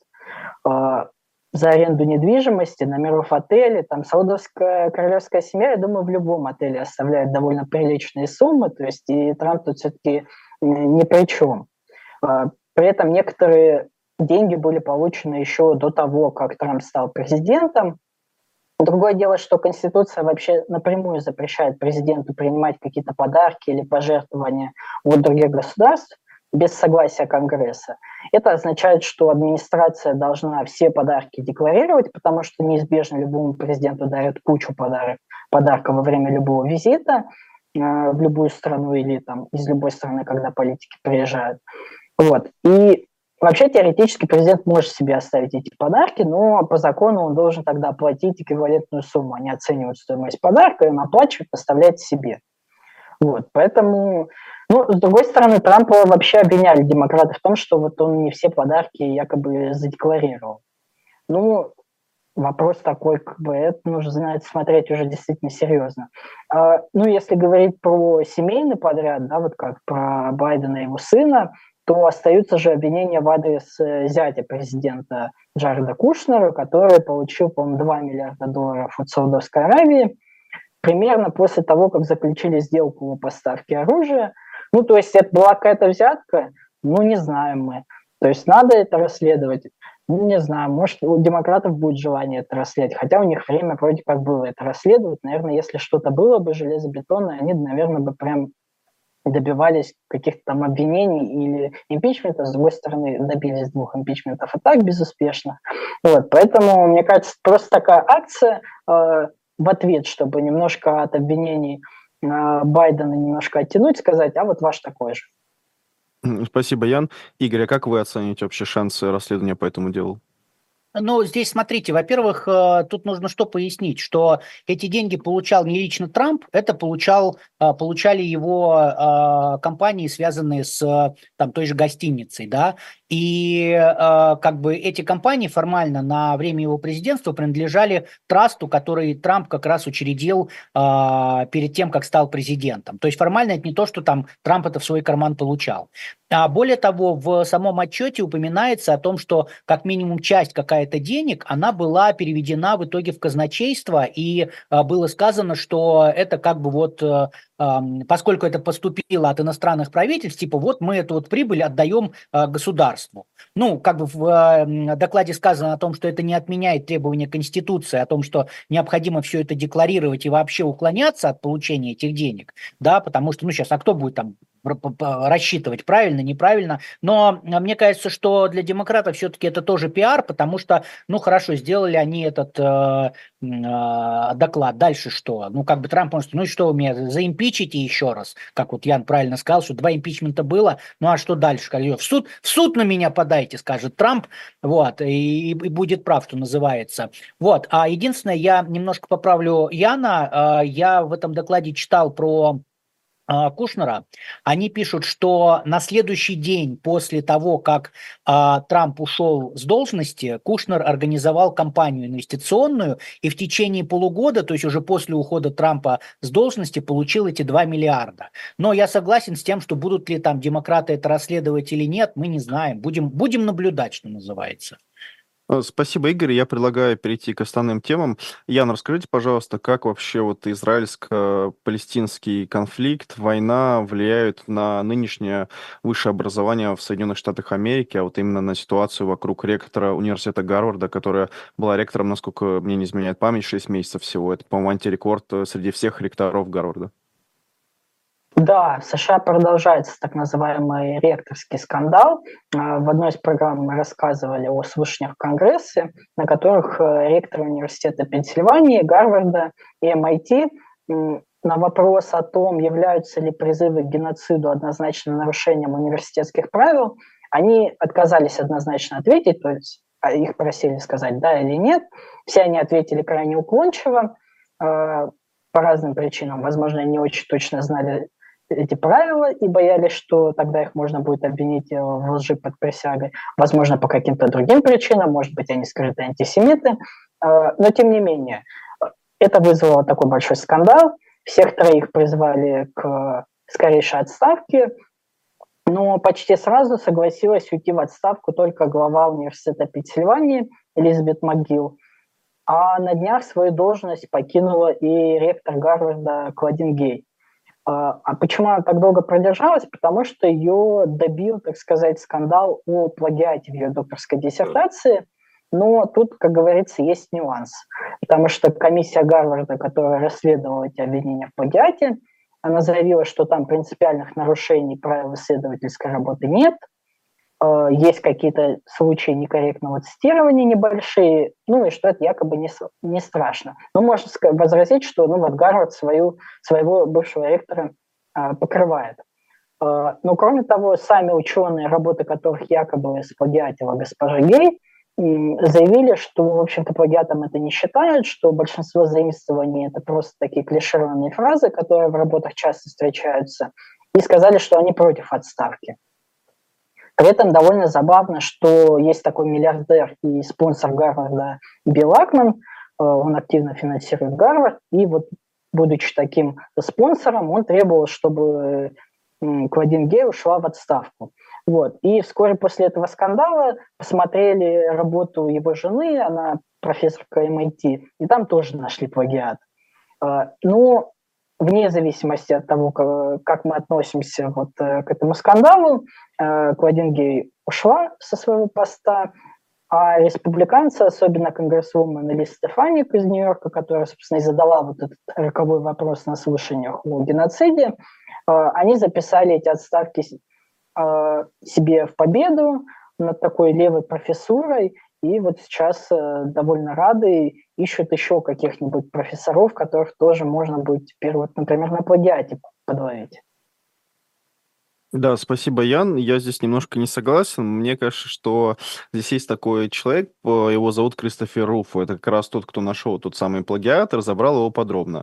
за аренду недвижимости, номеров отелей, там саудовская королевская семья, я думаю, в любом отеле оставляет довольно приличные суммы, то есть и Трамп тут все-таки ни при чем. При этом некоторые деньги были получены еще до того, как Трамп стал президентом. Другое дело, что Конституция вообще напрямую запрещает президенту принимать какие-то подарки или пожертвования от других государств без согласия Конгресса. Это означает, что администрация должна все подарки декларировать, потому что неизбежно любому президенту дают кучу подарков во время любого визита в любую страну или там, из любой страны, когда политики приезжают. Вот. И вообще, теоретически, президент может себе оставить эти подарки, но по закону он должен тогда оплатить эквивалентную сумму. Они оценивают стоимость подарка, и он оплачивает, оставляет себе. Вот, поэтому, с другой стороны, Трампа вообще обвиняли демократы в том, что вот он не все подарки якобы задекларировал. Вопрос такой, это нужно смотреть уже действительно серьезно. Если говорить про семейный подряд, да, вот как про Байдена и его сына, то остаются же обвинения в адрес зятя президента Джареда Кушнера, который получил, по-моему, $2 миллиарда от Саудовской Аравии, примерно после того, как заключили сделку о поставке оружия. То есть это была какая-то взятка? Не знаем мы. То есть надо это расследовать? Не знаю, может, у демократов будет желание это расследовать, хотя у них время вроде как было это расследовать. Наверное, если что-то было бы железобетонное, они, наверное, бы прям добивались каких-то там обвинений или импичмента, с другой стороны, добились 2 импичментов и так безуспешно. Вот, поэтому, мне кажется, просто такая акция в ответ, чтобы немножко от обвинений Байдена немножко оттянуть, сказать, а вот ваш такой же. Спасибо, Ян. Игорь, а как вы оцените вообще шансы расследования по этому делу? Ну, здесь смотрите, во-первых, тут нужно что пояснить, что эти деньги получал не лично Трамп, это получали его компании, связанные с там, той же гостиницей, да, и как бы эти компании формально на время его президентства принадлежали трасту, который Трамп как раз учредил перед тем, как стал президентом. То есть формально это не то, что там Трамп это в свой карман получал. А более того, в самом отчете упоминается о том, что как минимум часть какая-то денег, она была переведена в итоге в казначейство, и было сказано, что это как бы вот, поскольку это поступило от иностранных правительств, типа вот мы эту вот прибыль отдаем государству. Ну, как бы в докладе сказано о том, что это не отменяет требования Конституции, о том, что необходимо все это декларировать и вообще уклоняться от получения этих денег, да, потому что, ну, сейчас, а кто будет там рассчитывать правильно, неправильно. Но мне кажется, что для демократов все-таки это тоже пиар, потому что, ну хорошо, сделали они этот доклад. Дальше что? Ну как бы Трамп может, ну и что вы меня заимпичите еще раз, как вот Ян правильно сказал, что 2 импичмента было, ну а что дальше? В суд на меня подайте, скажет Трамп, вот, и будет прав, что называется. Вот, а единственное, я немножко поправлю Яна, я в этом докладе читал про Кушнера, они пишут, что на следующий день после того, как Трамп ушел с должности, Кушнер организовал кампанию инвестиционную и в течение полугода, то есть уже после ухода Трампа с должности, получил эти 2 миллиарда. Но я согласен с тем, что будут ли там демократы это расследовать или нет, мы не знаем. Будем наблюдать, что называется. Спасибо, Игорь. Я предлагаю перейти к основным темам. Ян, расскажите, пожалуйста, как вообще вот израильско-палестинский конфликт, война влияют на нынешнее высшее образование в Соединенных Штатах Америки, а вот именно на ситуацию вокруг ректора университета Гарварда, которая была ректором, насколько мне не изменяет память, 6 месяцев всего. Это, по-моему, антирекорд среди всех ректоров Гарварда. Да, в США продолжается так называемый ректорский скандал. В одной из программ мы рассказывали о слушаниях в Конгрессе, на которых ректоры университета Пенсильвании, Гарварда и MIT на вопрос о том, являются ли призывы к геноциду однозначно нарушением университетских правил, они отказались однозначно ответить, то есть их просили сказать да или нет. Все они ответили крайне уклончиво, по разным причинам. Возможно, они не очень точно знали эти правила и боялись, что тогда их можно будет обвинить в лжи под присягой. Возможно, по каким-то другим причинам, может быть, они скрытые антисемиты. Но, тем не менее, это вызвало такой большой скандал. Всех 3 призвали к скорейшей отставке, но почти сразу согласилась уйти в отставку только глава университета Пенсильвании Элизабет МcGill. А на днях свою должность покинула и ректор Гарварда Клодин Гей. А почему она так долго продержалась? Потому что ее добил, так сказать, скандал о плагиате в ее докторской диссертации. Но тут, как говорится, есть нюанс. Потому что комиссия Гарварда, которая расследовала эти обвинения в плагиате, она заявила, что там принципиальных нарушений правил исследовательской работы нет. Есть какие-то случаи некорректного цитирования небольшие, ну и что это якобы не страшно. Но можно возразить, что ну, вот Гарвард своего бывшего ректора покрывает. Но кроме того, сами ученые, работы которых якобы сплагиатила госпожа Гей, заявили, что, в общем-то, плагиатом это не считают, что большинство заимствований это просто такие клишированные фразы, которые в работах часто встречаются, и сказали, что они против отставки. При этом довольно забавно, что есть такой миллиардер и спонсор Гарварда Билл Акман, он активно финансирует Гарвард, и вот будучи таким спонсором, он требовал, чтобы Клодин Гей ушла в отставку. Вот. И вскоре после этого скандала посмотрели работу его жены, она профессорка MIT, и там тоже нашли плагиат. Но вне зависимости от того, как мы относимся вот к этому скандалу, Клодин Гей ушла со своего поста, А республиканцы, особенно конгрессвумен Элис Стефаник из Нью-Йорка, которая, собственно, и задала вот этот роковой вопрос на слушаниях о геноциде, они записали эти отставки себе в победу над такой левой профессурой, и вот сейчас довольно рады, ищут еще каких-нибудь профессоров, которых тоже можно будет теперь, вот, например, на плагиате подловить. Да, спасибо, Ян. Я здесь немножко не согласен. Мне кажется, что здесь есть такой человек, его зовут Кристофер Руффо. Это как раз тот, кто нашел тот самый плагиат, разобрал его подробно.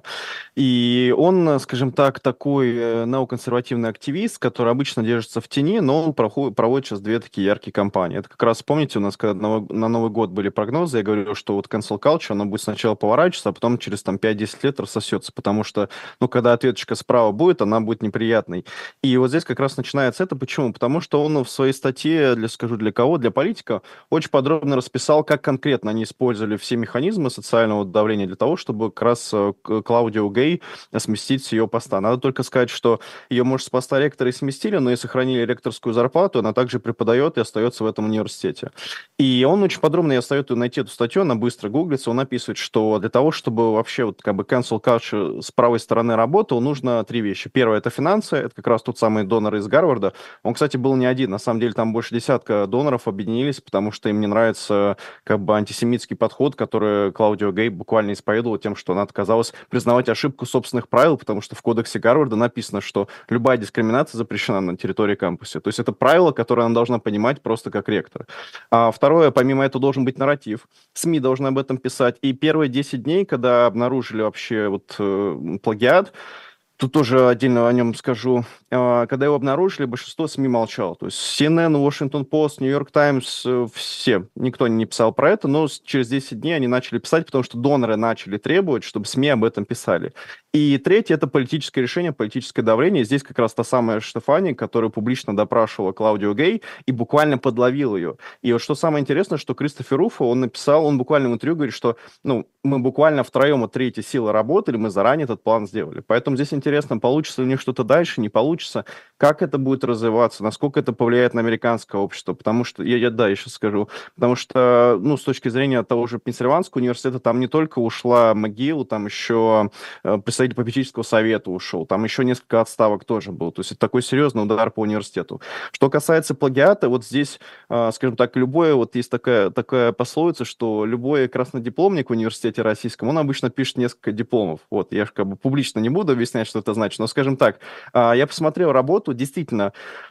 И он, скажем так, такой неоконсервативный активист, который обычно держится в тени, но он проводит сейчас две такие яркие кампании. Это как раз, помните, у нас когда на Новый год были прогнозы, я говорил, что вот cancel culture, оно будет сначала поворачиваться, а потом через там 5-10 лет рассосется, потому что, ну, когда ответочка справа будет, она будет неприятной. И вот здесь как раз начинается это. Почему? Потому что он в своей статье, скажу для кого, для политика, очень подробно расписал, как конкретно они использовали все механизмы социального давления для того, чтобы как раз Клаудио Гей сместить с ее поста. Надо только сказать, что ее, может, с поста ректора и сместили, но и сохранили ректорскую зарплату, она также преподает и остается в этом университете. И он очень подробно, я советую найти эту статью, она быстро гуглится, он описывает, что для того, чтобы вообще вот как бы cancel culture с правой стороны работал, нужно три вещи. Первое — это финансы, это как раз тот самый донор из Гарварда. Он, кстати, был не один, на самом деле там больше десятка доноров объединились, потому что им не нравится как бы антисемитский подход, который Клаудио Гей буквально исповедовал тем, что она отказалась признавать ошибку собственных правил, потому что в кодексе Гарварда написано, что любая дискриминация запрещена на территории кампуса. То есть это правило, которое она должна понимать просто как ректор. А второе, помимо этого, должен быть нарратив. СМИ должны об этом писать. И первые 10 дней, когда обнаружили вообще вот плагиат, тут тоже отдельно о нем скажу. Когда его обнаружили, большинство СМИ молчало. То есть CNN, Washington Post, New York Times, все. Никто не писал про это, но через 10 дней они начали писать, потому что доноры начали требовать, чтобы СМИ об этом писали. И третье — это политическое решение, политическое давление. Здесь как раз та самая Штефани, которая публично допрашивала Клаудио Гей и буквально подловил ее. И вот что самое интересное, что Кристофер Руффо, он написал, он буквально в интервью говорит, что ну, мы буквально втроем от третьей силы работали, мы заранее этот план сделали. Поэтому здесь интересно, получится ли у них что-то дальше, не получится, как это будет развиваться, насколько это повлияет на американское общество. Потому что, я сейчас скажу, потому что, ну, с точки зрения того же Пенсильванского университета, там не только ушла МcGill, там еще представитель попечительского совета ушел, там еще несколько отставок тоже было. То есть это такой серьезный удар по университету. Что касается плагиата, вот здесь, скажем так, любое, вот есть такая пословица, что любой краснодипломник в университете российском, он обычно пишет несколько дипломов. Вот, я же как бы публично не буду объяснять, что это значит, но, скажем так, я посмотрел работу, действительно,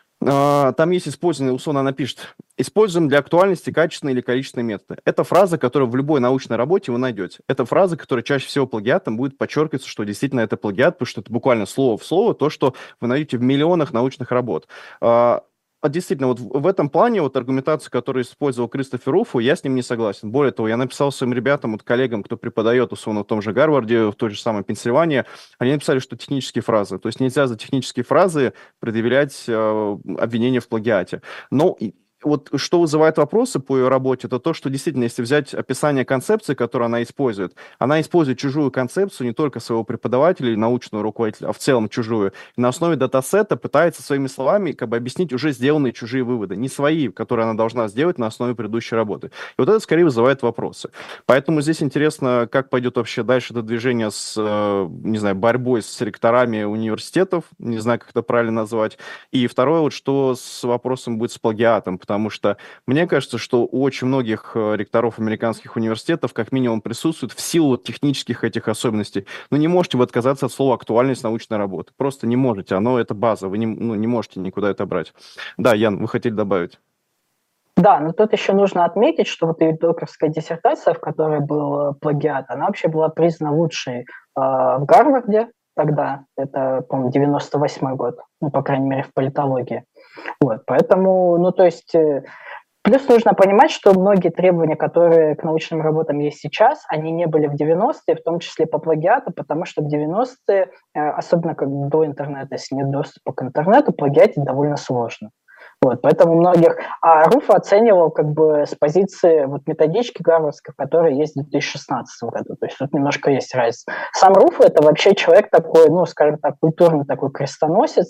там есть использование, условно, она пишет, используем для актуальности качественные или количественные методы. Это фраза, которую в любой научной работе вы найдете. Это фраза, которая чаще всего плагиатом будет подчеркиваться, что действительно это плагиат, потому что это буквально слово в слово то, что вы найдете в миллионах научных работ. Действительно, вот в этом плане вот аргументацию, которую использовал Кристофер Руффо, я с ним не согласен. Более того, я написал своим ребятам, вот коллегам, кто преподает, условно, в том же Гарварде, в той же самой Пенсильвании, они написали, что технические фразы. То есть нельзя за технические фразы предъявлять обвинения в плагиате. Но вот что вызывает вопросы по ее работе, это то, что действительно, если взять описание концепции, которую она использует чужую концепцию, не только своего преподавателя или научного руководителя, а в целом чужую. И на основе датасета пытается своими словами как бы объяснить уже сделанные чужие выводы, не свои, которые она должна сделать на основе предыдущей работы. И вот это скорее вызывает вопросы. Поэтому здесь интересно, как пойдет вообще дальше это движение с, не знаю, борьбой с ректорами университетов, не знаю, как это правильно назвать. И второе, вот что с вопросом будет с плагиатом, потому что мне кажется, что у очень многих ректоров американских университетов как минимум присутствует в силу технических этих особенностей. Ну, не можете вы отказаться от слова «актуальность научной работы». Просто не можете. Оно это база. Вы не можете никуда это брать. Да, Ян, вы хотели добавить? Да, но тут еще нужно отметить, что вот ее докторская диссертация, в которой был плагиат, она вообще была признана лучшей в Гарварде тогда. Это, по-моему, 98-й год. Ну, по крайней мере, в политологии. Вот, поэтому, ну, то есть, плюс нужно понимать, что многие требования, которые к научным работам есть сейчас, они не были в 90-е, в том числе по плагиату, потому что в 90-е, особенно как до интернета, если нет доступа к интернету, плагиатить довольно сложно. Вот, поэтому многих... А Руффо оценивал как бы с позиции вот методички гарвардской, которая есть в 2016 году. То есть тут немножко есть разница. Сам Руффо — это вообще человек такой, ну, скажем так, культурный такой крестоносец,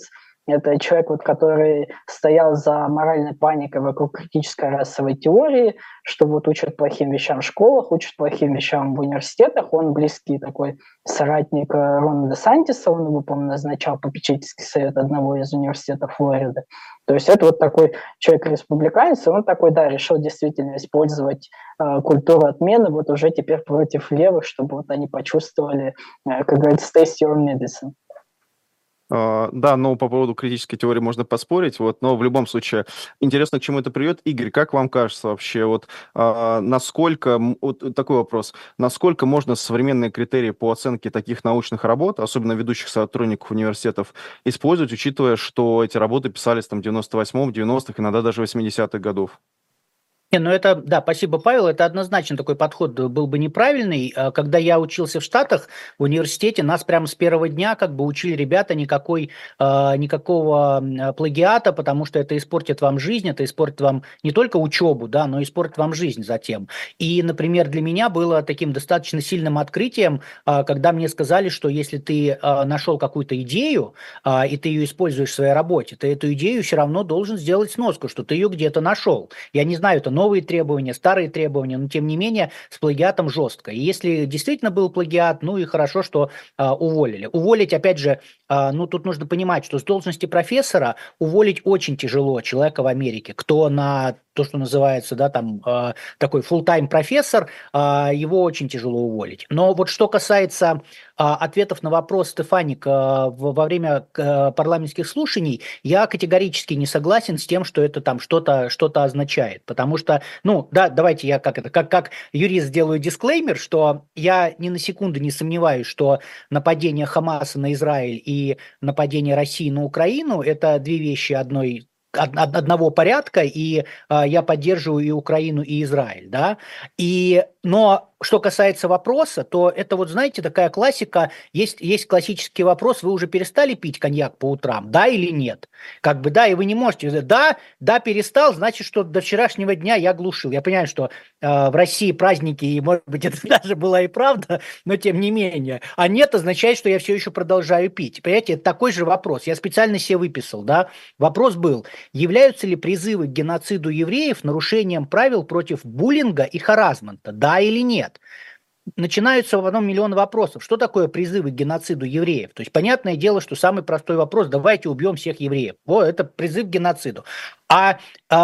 Это человек, вот, который стоял за моральной паникой вокруг критической расовой теории, что вот учат плохим вещам в школах, учат плохим вещам в университетах. Он близкий такой соратник Рона Десантиса, он его, по-моему, назначал попечительский совет одного из университетов Флориды. То есть это вот такой человек-республиканец, и он такой, да, решил действительно использовать культуру отмены вот уже теперь против левых, чтобы вот они почувствовали, как говорится, taste your medicine. Да, но по поводу критической теории можно поспорить, вот, но в любом случае интересно, к чему это приведет. Игорь, как вам кажется вообще, вот, насколько, вот такой вопрос, насколько можно современные критерии по оценке таких научных работ, особенно ведущих сотрудников университетов, использовать, учитывая, что эти работы писались там в 98-м, 90-х, иногда даже 80-х годов? Ну это, да, спасибо, Павел, это однозначно такой подход был бы неправильный. Когда я учился в Штатах, в университете, нас прямо с первого дня как бы учили ребята никакого плагиата, потому что это испортит вам жизнь, это испортит вам не только учебу, да, но и испортит вам жизнь затем. И, например, для меня было таким достаточно сильным открытием, когда мне сказали, что если ты нашел какую-то идею, и ты ее используешь в своей работе, ты эту идею все равно должен сделать сноску, что ты ее где-то нашел. Я не знаю, это новые требования, старые требования, но тем не менее с плагиатом жестко. И если действительно был плагиат, ну и хорошо, что уволили. Уволить, опять же, ну тут нужно понимать, что с должности профессора уволить очень тяжело человека в Америке, кто на то, что называется, да, там такой full-time профессор, его очень тяжело уволить. Но вот что касается ответов на вопрос Стефаника во время парламентских слушаний, я категорически не согласен с тем, что это там что-то означает, потому что, ну, да, давайте я как юрист сделаю дисклеймер, что я ни на секунду не сомневаюсь, что нападение Хамаса на Израиль и нападение России на Украину – это две вещи одного порядка, и я поддерживаю и Украину, и Израиль, да, но что касается вопроса, то это вот, знаете, такая классика, есть классический вопрос, вы уже перестали пить коньяк по утрам, да или нет? Как бы, да, и вы не можете, да, перестал, значит, что до вчерашнего дня я глушил. Я понимаю, что в России праздники, и, может быть, это даже была и правда, но тем не менее. А нет, означает, что я все еще продолжаю пить. Понимаете, это такой же вопрос. Я специально себе выписал, да. Вопрос был, являются ли призывы к геноциду евреев нарушением правил против буллинга и харассмента, да или нет? Начинаются потом миллион вопросов. Что такое призывы к геноциду евреев? То есть, понятное дело, что самый простой вопрос – давайте убьем всех евреев. Вот, это призыв к геноциду. От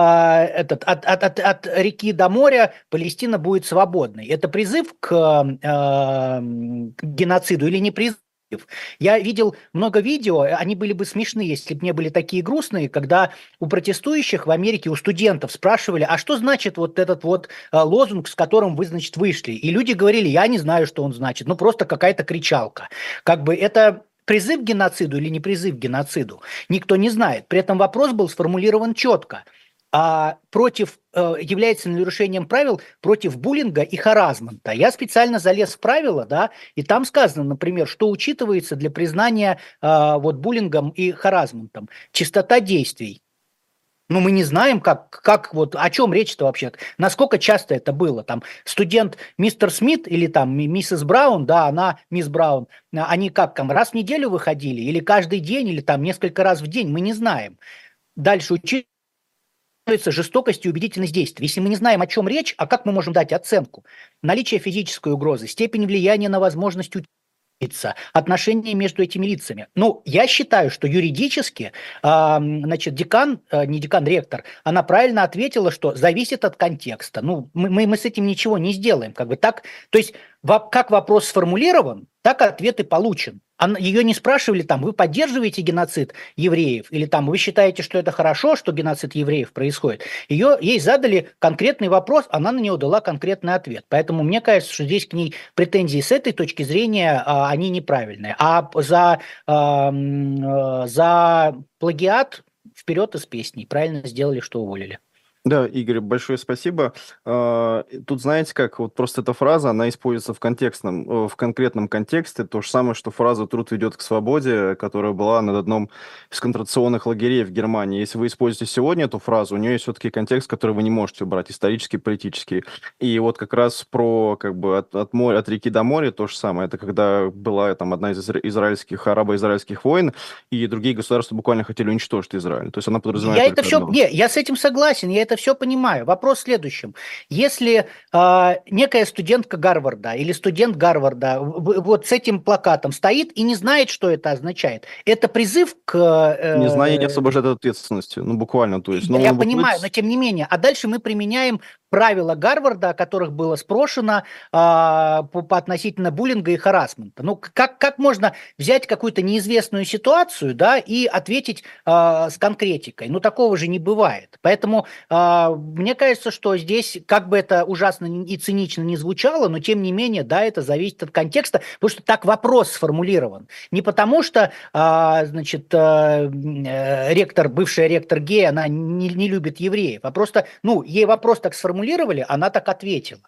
реки до моря Палестина будет свободной. Это призыв к геноциду или не призыв? Я видел много видео, они были бы смешны, если бы не были такие грустные, когда у протестующих в Америке, у студентов спрашивали, а что значит вот этот вот лозунг, с которым вы, значит, вышли? И люди говорили, я не знаю, что он значит, ну просто какая-то кричалка. Как бы это призыв к геноциду или не призыв к геноциду? Никто не знает. При этом вопрос был сформулирован четко. Является нарушением правил против буллинга и харассмента. Я специально залез в правила, да, и там сказано, например, что учитывается для признания вот буллингом и харассментом. Частота действий. Ну, мы не знаем, как вот, о чем речь-то вообще, насколько часто это было. Там студент мистер Смит или там миссис Браун, да, она мисс Браун, они как там раз в неделю выходили или каждый день, или там несколько раз в день, мы не знаем. Дальше жестокость и убедительность действий. Если мы не знаем, о чем речь, а как мы можем дать оценку? Наличие физической угрозы, степень влияния на возможность отношения между этими лицами. Ну, я считаю, что юридически, значит, ректор, она правильно ответила, что зависит от контекста. Ну, мы с этим ничего не сделаем. Как бы так, то есть, как вопрос сформулирован, так ответ и получен. Ее не спрашивали, там, вы поддерживаете геноцид евреев, или там, вы считаете, что это хорошо, что геноцид евреев происходит. Ей задали конкретный вопрос, она на него дала конкретный ответ. Поэтому мне кажется, что здесь к ней претензии с этой точки зрения, они неправильные. А за плагиат вперед из песни. Правильно сделали, что уволили. Да, Игорь, большое спасибо. Тут, знаете, как вот просто эта фраза, она используется в конкретном контексте. То же самое, что фраза «труд ведет к свободе», которая была над одном из концентрационных лагерей в Германии. Если вы используете сегодня эту фразу, у нее есть все-таки контекст, который вы не можете убрать, исторический, политический. И вот как раз про как бы от реки до моря то же самое. Это когда была там одна из арабо-израильских войн, и другие государства буквально хотели уничтожить Израиль. То есть она подразумевает Я это только все, одно. не, я с этим согласен, я это все понимаю. Вопрос в следующем. Если некая студентка Гарварда или студент Гарварда вот с этим плакатом стоит и не знает, что это означает, это призыв к... Незнание не освобождает от ответственности. Ну, буквально, то есть. Ну, Я ну, вот понимаю, но тем не менее. А дальше мы применяем правила Гарварда, о которых было спрошено по относительно буллинга и харассмента. Ну, как можно взять какую-то неизвестную ситуацию, да, и ответить с конкретикой? Ну, такого же не бывает. Поэтому мне кажется, что здесь, как бы это ужасно и цинично не звучало, но тем не менее, да, это зависит от контекста, потому что так вопрос сформулирован. Не потому что, значит, бывшая ректор гей, она не любит евреев, а просто, ну, ей вопрос так сформулировали, она так ответила.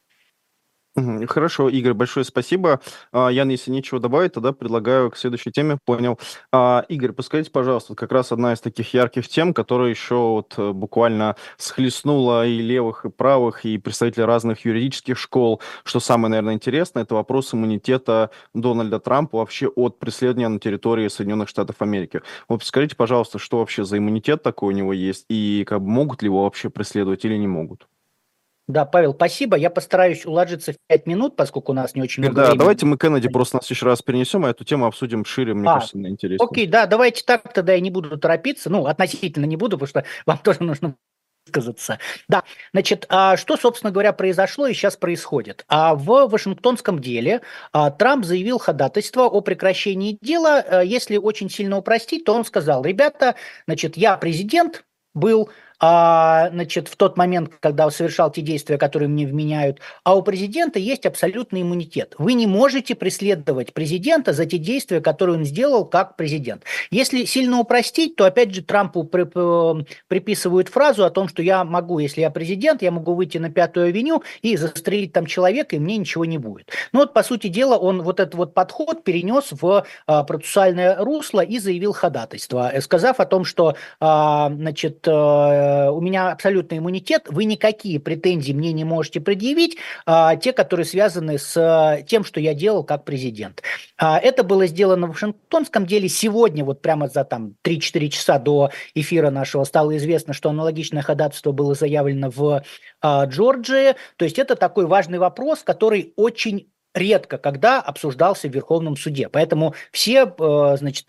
Мгм. Хорошо, Игорь, большое спасибо. Ян, если нечего добавить, тогда предлагаю к следующей теме. Понял. Игорь, подскажите, пожалуйста, вот как раз одна из таких ярких тем, которая еще вот буквально схлестнула и левых, и правых, и представителей разных юридических школ. Что самое, наверное, интересное, это вопрос иммунитета Дональда Трампа вообще от преследования на территории Соединенных Штатов Америки. Вот скажите, пожалуйста, что вообще за иммунитет такой у него есть, и как бы могут ли его вообще преследовать или не могут? Да, Павел, спасибо. Я постараюсь уложиться в 5 минут, поскольку у нас не очень Игорь, много да, времени. давайте мы Кеннеди просто нас еще раз перенесем, а эту тему обсудим шире, мне кажется, она интереснее. Окей, да, давайте так, тогда я не буду торопиться. Ну, относительно не буду, потому что вам тоже нужно высказаться. Да, значит, что, собственно говоря, произошло и сейчас происходит? В Вашингтонском деле Трамп заявил ходатайство о прекращении дела. Если очень сильно упростить, то он сказал: ребята, значит, я президент был, значит, в тот момент, когда совершал те действия, которые мне вменяют, а у президента есть абсолютный иммунитет. Вы не можете преследовать президента за те действия, которые он сделал как президент. Если сильно упростить, то, опять же, Трампу приписывают фразу о том, что я могу, если я президент, я могу выйти на Пятую авеню и застрелить там человека, и мне ничего не будет. Ну вот, по сути дела, он вот этот вот подход перенес в процессуальное русло и заявил ходатайство, сказав о том, что, значит, у меня абсолютный иммунитет, вы никакие претензии мне не можете предъявить, те, которые связаны с тем, что я делал как президент. Это было сделано в Вашингтонском деле. Сегодня, вот прямо за там 3-4 часа до эфира нашего, стало известно, что аналогичное ходатайство было заявлено в Джорджии. То есть это такой важный вопрос, который очень редко когда обсуждался в Верховном суде. Поэтому все, значит,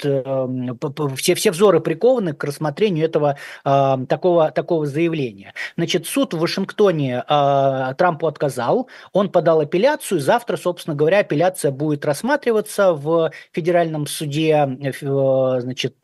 все взоры прикованы к рассмотрению этого такого заявления. Значит, суд в Вашингтоне Трампу отказал, он подал апелляцию, завтра, собственно говоря, апелляция будет рассматриваться в федеральном суде, значит,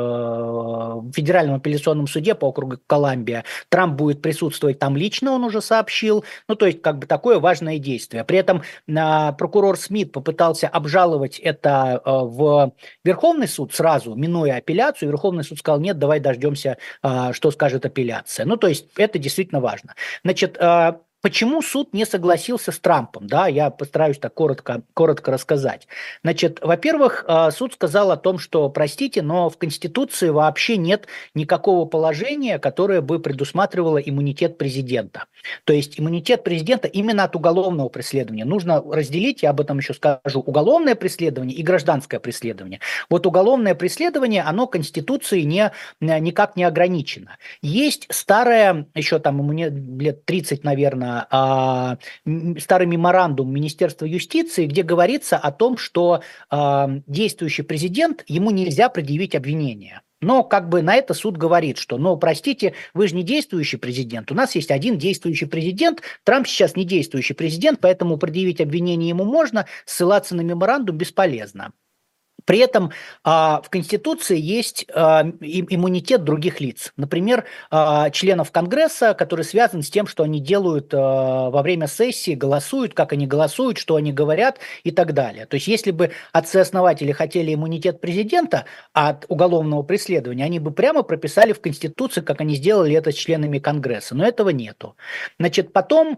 в федеральном апелляционном суде по округу Колумбия. Трамп будет присутствовать там лично, он уже сообщил. Ну, то есть, как бы такое важное действие. При этом прокурор Смит попытался обжаловать это в Верховный суд сразу, минуя апелляцию. Верховный суд сказал: нет, давай дождемся, что скажет апелляция. Ну, то есть это действительно важно. Значит, почему суд не согласился с Трампом? Да, я постараюсь так коротко рассказать. Значит, во-первых, суд сказал о том, что, простите, но в Конституции вообще нет никакого положения, которое бы предусматривало иммунитет президента. То есть иммунитет президента именно от уголовного преследования. Нужно разделить, я об этом еще скажу, уголовное преследование и гражданское преследование. Вот уголовное преследование, оно Конституцией никак не ограничено. Есть старое, еще там мне лет 30, наверное, старый меморандум Министерства юстиции, где говорится о том, что действующий президент, ему нельзя предъявить обвинение. Но как бы на это суд говорит, что, ну, простите, вы же не действующий президент, у нас есть один действующий президент, Трамп сейчас не действующий президент, поэтому предъявить обвинение ему можно, ссылаться на меморандум бесполезно. При этом в Конституции есть иммунитет других лиц. Например, членов Конгресса, который связан с тем, что они делают во время сессии, голосуют, как они голосуют, что они говорят и так далее. То есть если бы отцы-основатели хотели иммунитет президента от уголовного преследования, они бы прямо прописали в Конституции, как они сделали это с членами Конгресса. Но этого нету. Значит, потом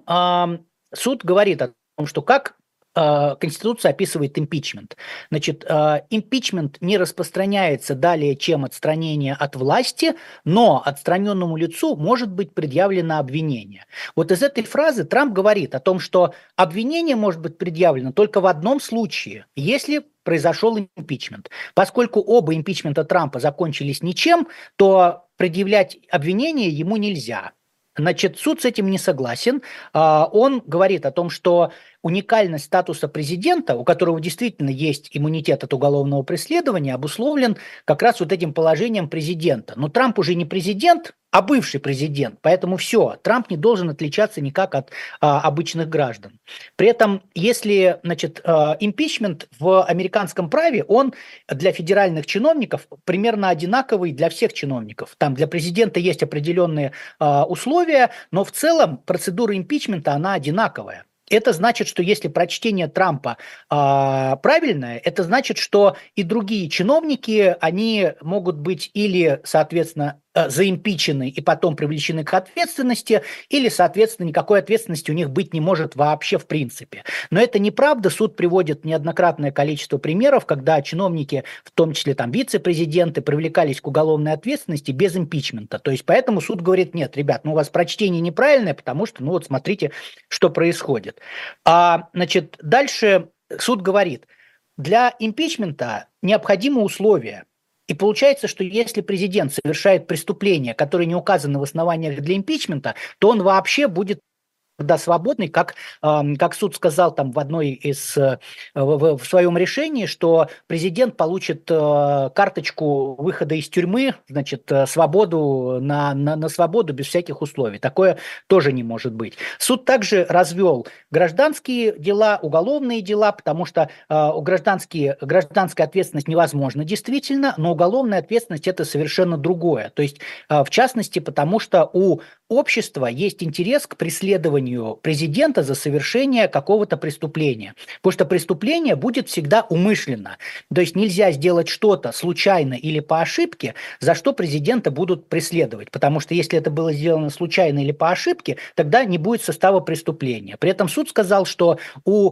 суд говорит о том, что как Конституция описывает импичмент. Значит, импичмент не распространяется далее, чем отстранение от власти, но отстраненному лицу может быть предъявлено обвинение. Вот из этой фразы Трамп говорит о том, что обвинение может быть предъявлено только в одном случае, если произошел импичмент. Поскольку оба импичмента Трампа закончились ничем, то предъявлять обвинение ему нельзя. Значит, суд с этим не согласен. Он говорит о том, что уникальность статуса президента, у которого действительно есть иммунитет от уголовного преследования, обусловлен как раз вот этим положением президента. Но Трамп уже не президент, а бывший президент. Поэтому все, Трамп не должен отличаться никак от обычных граждан. При этом, если, значит, импичмент в американском праве, он для федеральных чиновников примерно одинаковый для всех чиновников. Там для президента есть определенные условия, но в целом процедура импичмента, она одинаковая. Это значит, что если прочтение Трампа правильное, это значит, что и другие чиновники, они могут быть или, соответственно, заимпичены и потом привлечены к ответственности, или, соответственно, никакой ответственности у них быть не может вообще в принципе. Но это неправда. Суд приводит неоднократное количество примеров, когда чиновники, в том числе там вице-президенты, привлекались к уголовной ответственности без импичмента. То есть поэтому суд говорит: нет, ребят, ну у вас прочтение неправильное, потому что, ну вот смотрите, что происходит. Значит, дальше суд говорит: для импичмента необходимы условия. И получается, что если президент совершает преступление, которое не указано в основаниях для импичмента, то он вообще будет тогда свободный, как суд сказал там в одной из в своем решении, что президент получит карточку выхода из тюрьмы, значит, свободу на свободу без всяких условий. Такое тоже не может быть. Суд также развел гражданские дела, уголовные дела, потому что гражданская ответственность невозможна действительно, но уголовная ответственность это совершенно другое. То есть, в частности, потому что у общества есть интерес к преследованию президента за совершение какого-то преступления. Потому что преступление будет всегда умышленно. То есть нельзя сделать что-то случайно или по ошибке, за что президента будут преследовать. Потому что если это было сделано случайно или по ошибке, тогда не будет состава преступления. При этом суд сказал, что у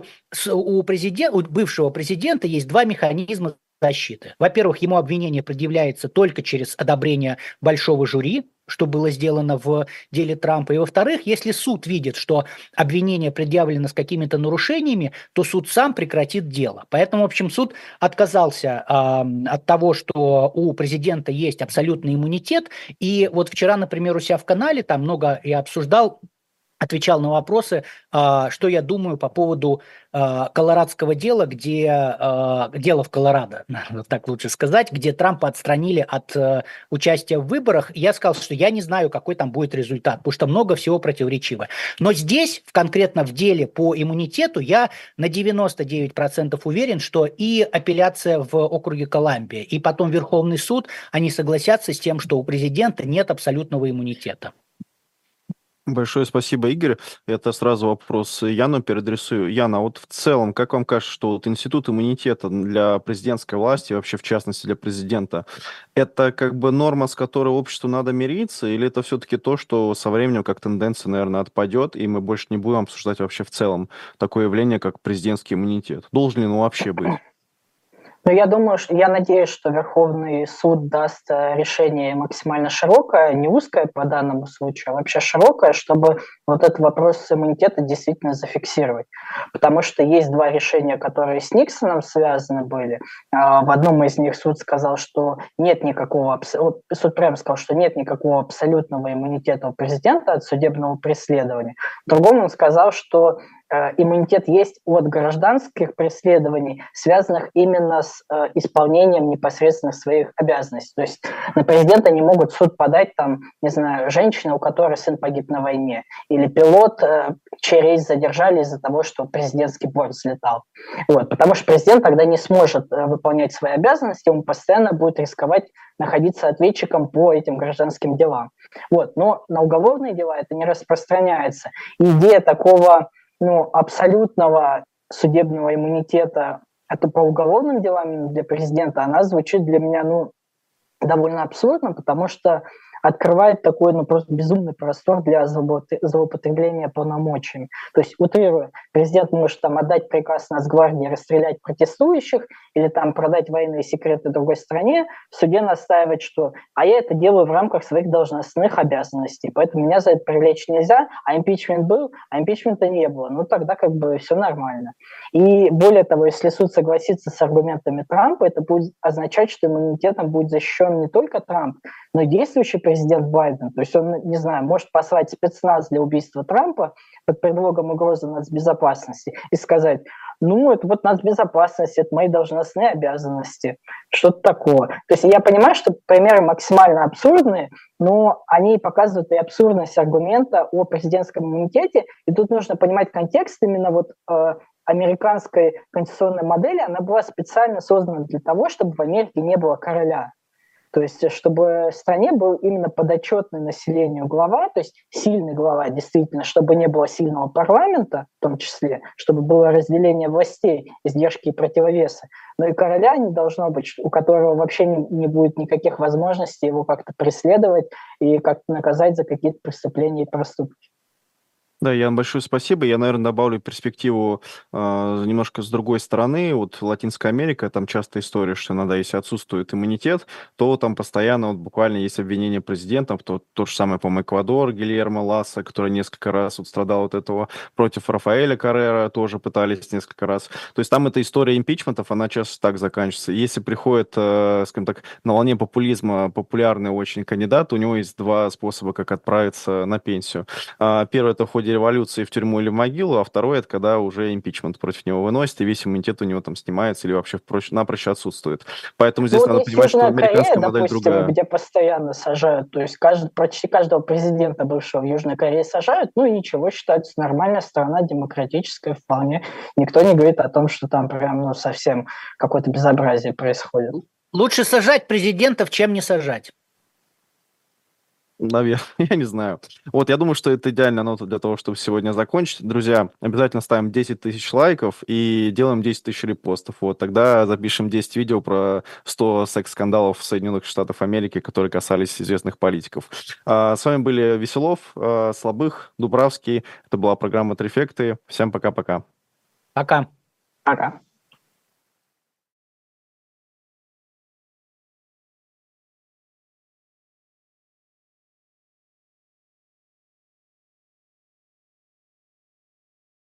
бывшего президента есть два механизма защиты. Во-первых, ему обвинение предъявляется только через одобрение большого жюри, что было сделано в деле Трампа. И во-вторых, если суд видит, что обвинение предъявлено с какими-то нарушениями, то суд сам прекратит дело. Поэтому, в общем, суд отказался от того, что у президента есть абсолютный иммунитет. И вот вчера, например, у себя в канале, там много я обсуждал, отвечал на вопросы, что я думаю по поводу колорадского дела, дело в Колорадо, так лучше сказать, где Трампа отстранили от участия в выборах. Я сказал, что я не знаю, какой там будет результат, потому что много всего противоречиво. Но здесь, конкретно в деле по иммунитету, я на 99% уверен, что и апелляция в округе Колумбия, и потом Верховный суд, они согласятся с тем, что у президента нет абсолютного иммунитета. Большое спасибо, Игорь. Это сразу вопрос Яну переадресую. Яна, вот в целом, как вам кажется, что вот институт иммунитета для президентской власти, вообще в частности для президента, это как бы норма, с которой обществу надо мириться, или это все-таки то, что со временем как тенденция, наверное, отпадет, и мы больше не будем обсуждать вообще в целом такое явление, как президентский иммунитет? Должен ли он вообще быть? Но я надеюсь, что Верховный суд даст решение максимально широкое, не узкое по данному случаю, а вообще широкое, чтобы вот этот вопрос иммунитета действительно зафиксировать. Потому что есть два решения, которые с Никсоном связаны были. В одном из них суд сказал, что нет никакого, суд прямо сказал, что нет никакого абсолютного иммунитета у президента от судебного преследования. В другом он сказал, что иммунитет есть от гражданских преследований, связанных именно с исполнением непосредственно своих обязанностей. То есть на президента не могут в суд подать, там, не знаю, женщина, у которой сын погиб на войне, или пилот, чей рейс задержали из-за того, что президентский борт взлетал. Вот, потому что президент тогда не сможет выполнять свои обязанности, он постоянно будет рисковать находиться ответчиком по этим гражданским делам. Вот, но на уголовные дела это не распространяется. И идея такого абсолютного судебного иммунитета по уголовным делам для президента, она звучит для меня довольно абсурдно, потому что открывает такой просто безумный простор для злоупотребления полномочиями. То есть, утрируя, президент может отдать приказ Нацгвардии расстрелять протестующих или продать военные секреты другой стране, в суде настаивать, что я это делаю в рамках своих должностных обязанностей, поэтому меня за это привлечь нельзя, а импичмент был, а импичмента не было. Тогда все нормально. И более того, если суд согласится с аргументами Трампа, это будет означать, что иммунитетом будет защищен не только Трамп, но и действующий президент Байден. То есть он, не знаю, может послать спецназ для убийства Трампа под предлогом угрозы нацбезопасности и сказать, это нацбезопасность, это мои должностные обязанности, что-то такое. То есть я понимаю, что примеры максимально абсурдные, но они показывают и абсурдность аргумента о президентском иммунитете, и тут нужно понимать контекст именно американской конституционной модели, она была специально создана для того, чтобы в Америке не было короля. То есть, чтобы в стране был именно подотчетный населению глава, то есть сильный глава, действительно, чтобы не было сильного парламента, в том числе, чтобы было разделение властей, издержки и противовесы. Но и короля не должно быть, у которого вообще не будет никаких возможностей его как-то преследовать и как-то наказать за какие-то преступления и проступки. Да, Ян, большое спасибо. Я, наверное, добавлю перспективу немножко с другой стороны. Латинская Америка, там часто история, что иногда, если отсутствует иммунитет, то там постоянно буквально есть обвинения президентом, то же самое, по-моему, Эквадор, Гильермо Ласса, который несколько раз страдал от этого, против Рафаэля Каррера тоже пытались несколько раз. То есть там эта история импичментов, она часто так заканчивается. Если приходит, скажем так, на волне популизма популярный очень кандидат, у него есть два способа, как отправиться на пенсию. Первый — это в ходе революции в тюрьму или в могилу, а второй — это когда уже импичмент против него выносит, и весь иммунитет у него там снимается или вообще напрочь отсутствует. Поэтому здесь надо понимать, что американская модель допустим, другая. Где постоянно сажают, то есть почти каждого президента бывшего в Южной Корее сажают, и ничего, считается нормальная страна, демократическая вполне. Никто не говорит о том, что там прям совсем какое-то безобразие происходит. Лучше сажать президентов, чем не сажать. Наверное, я не знаю. Я думаю, что это идеальная нота для того, чтобы сегодня закончить. Друзья, обязательно ставим 10 тысяч лайков и делаем 10 тысяч репостов. Тогда запишем 10 видео про 100 секс-скандалов в Соединенных Штатах Америки, которые касались известных политиков. С вами были Веселов, Слабых, Дубравский. Это была программа «Трефекты». Всем пока-пока. Пока. Пока.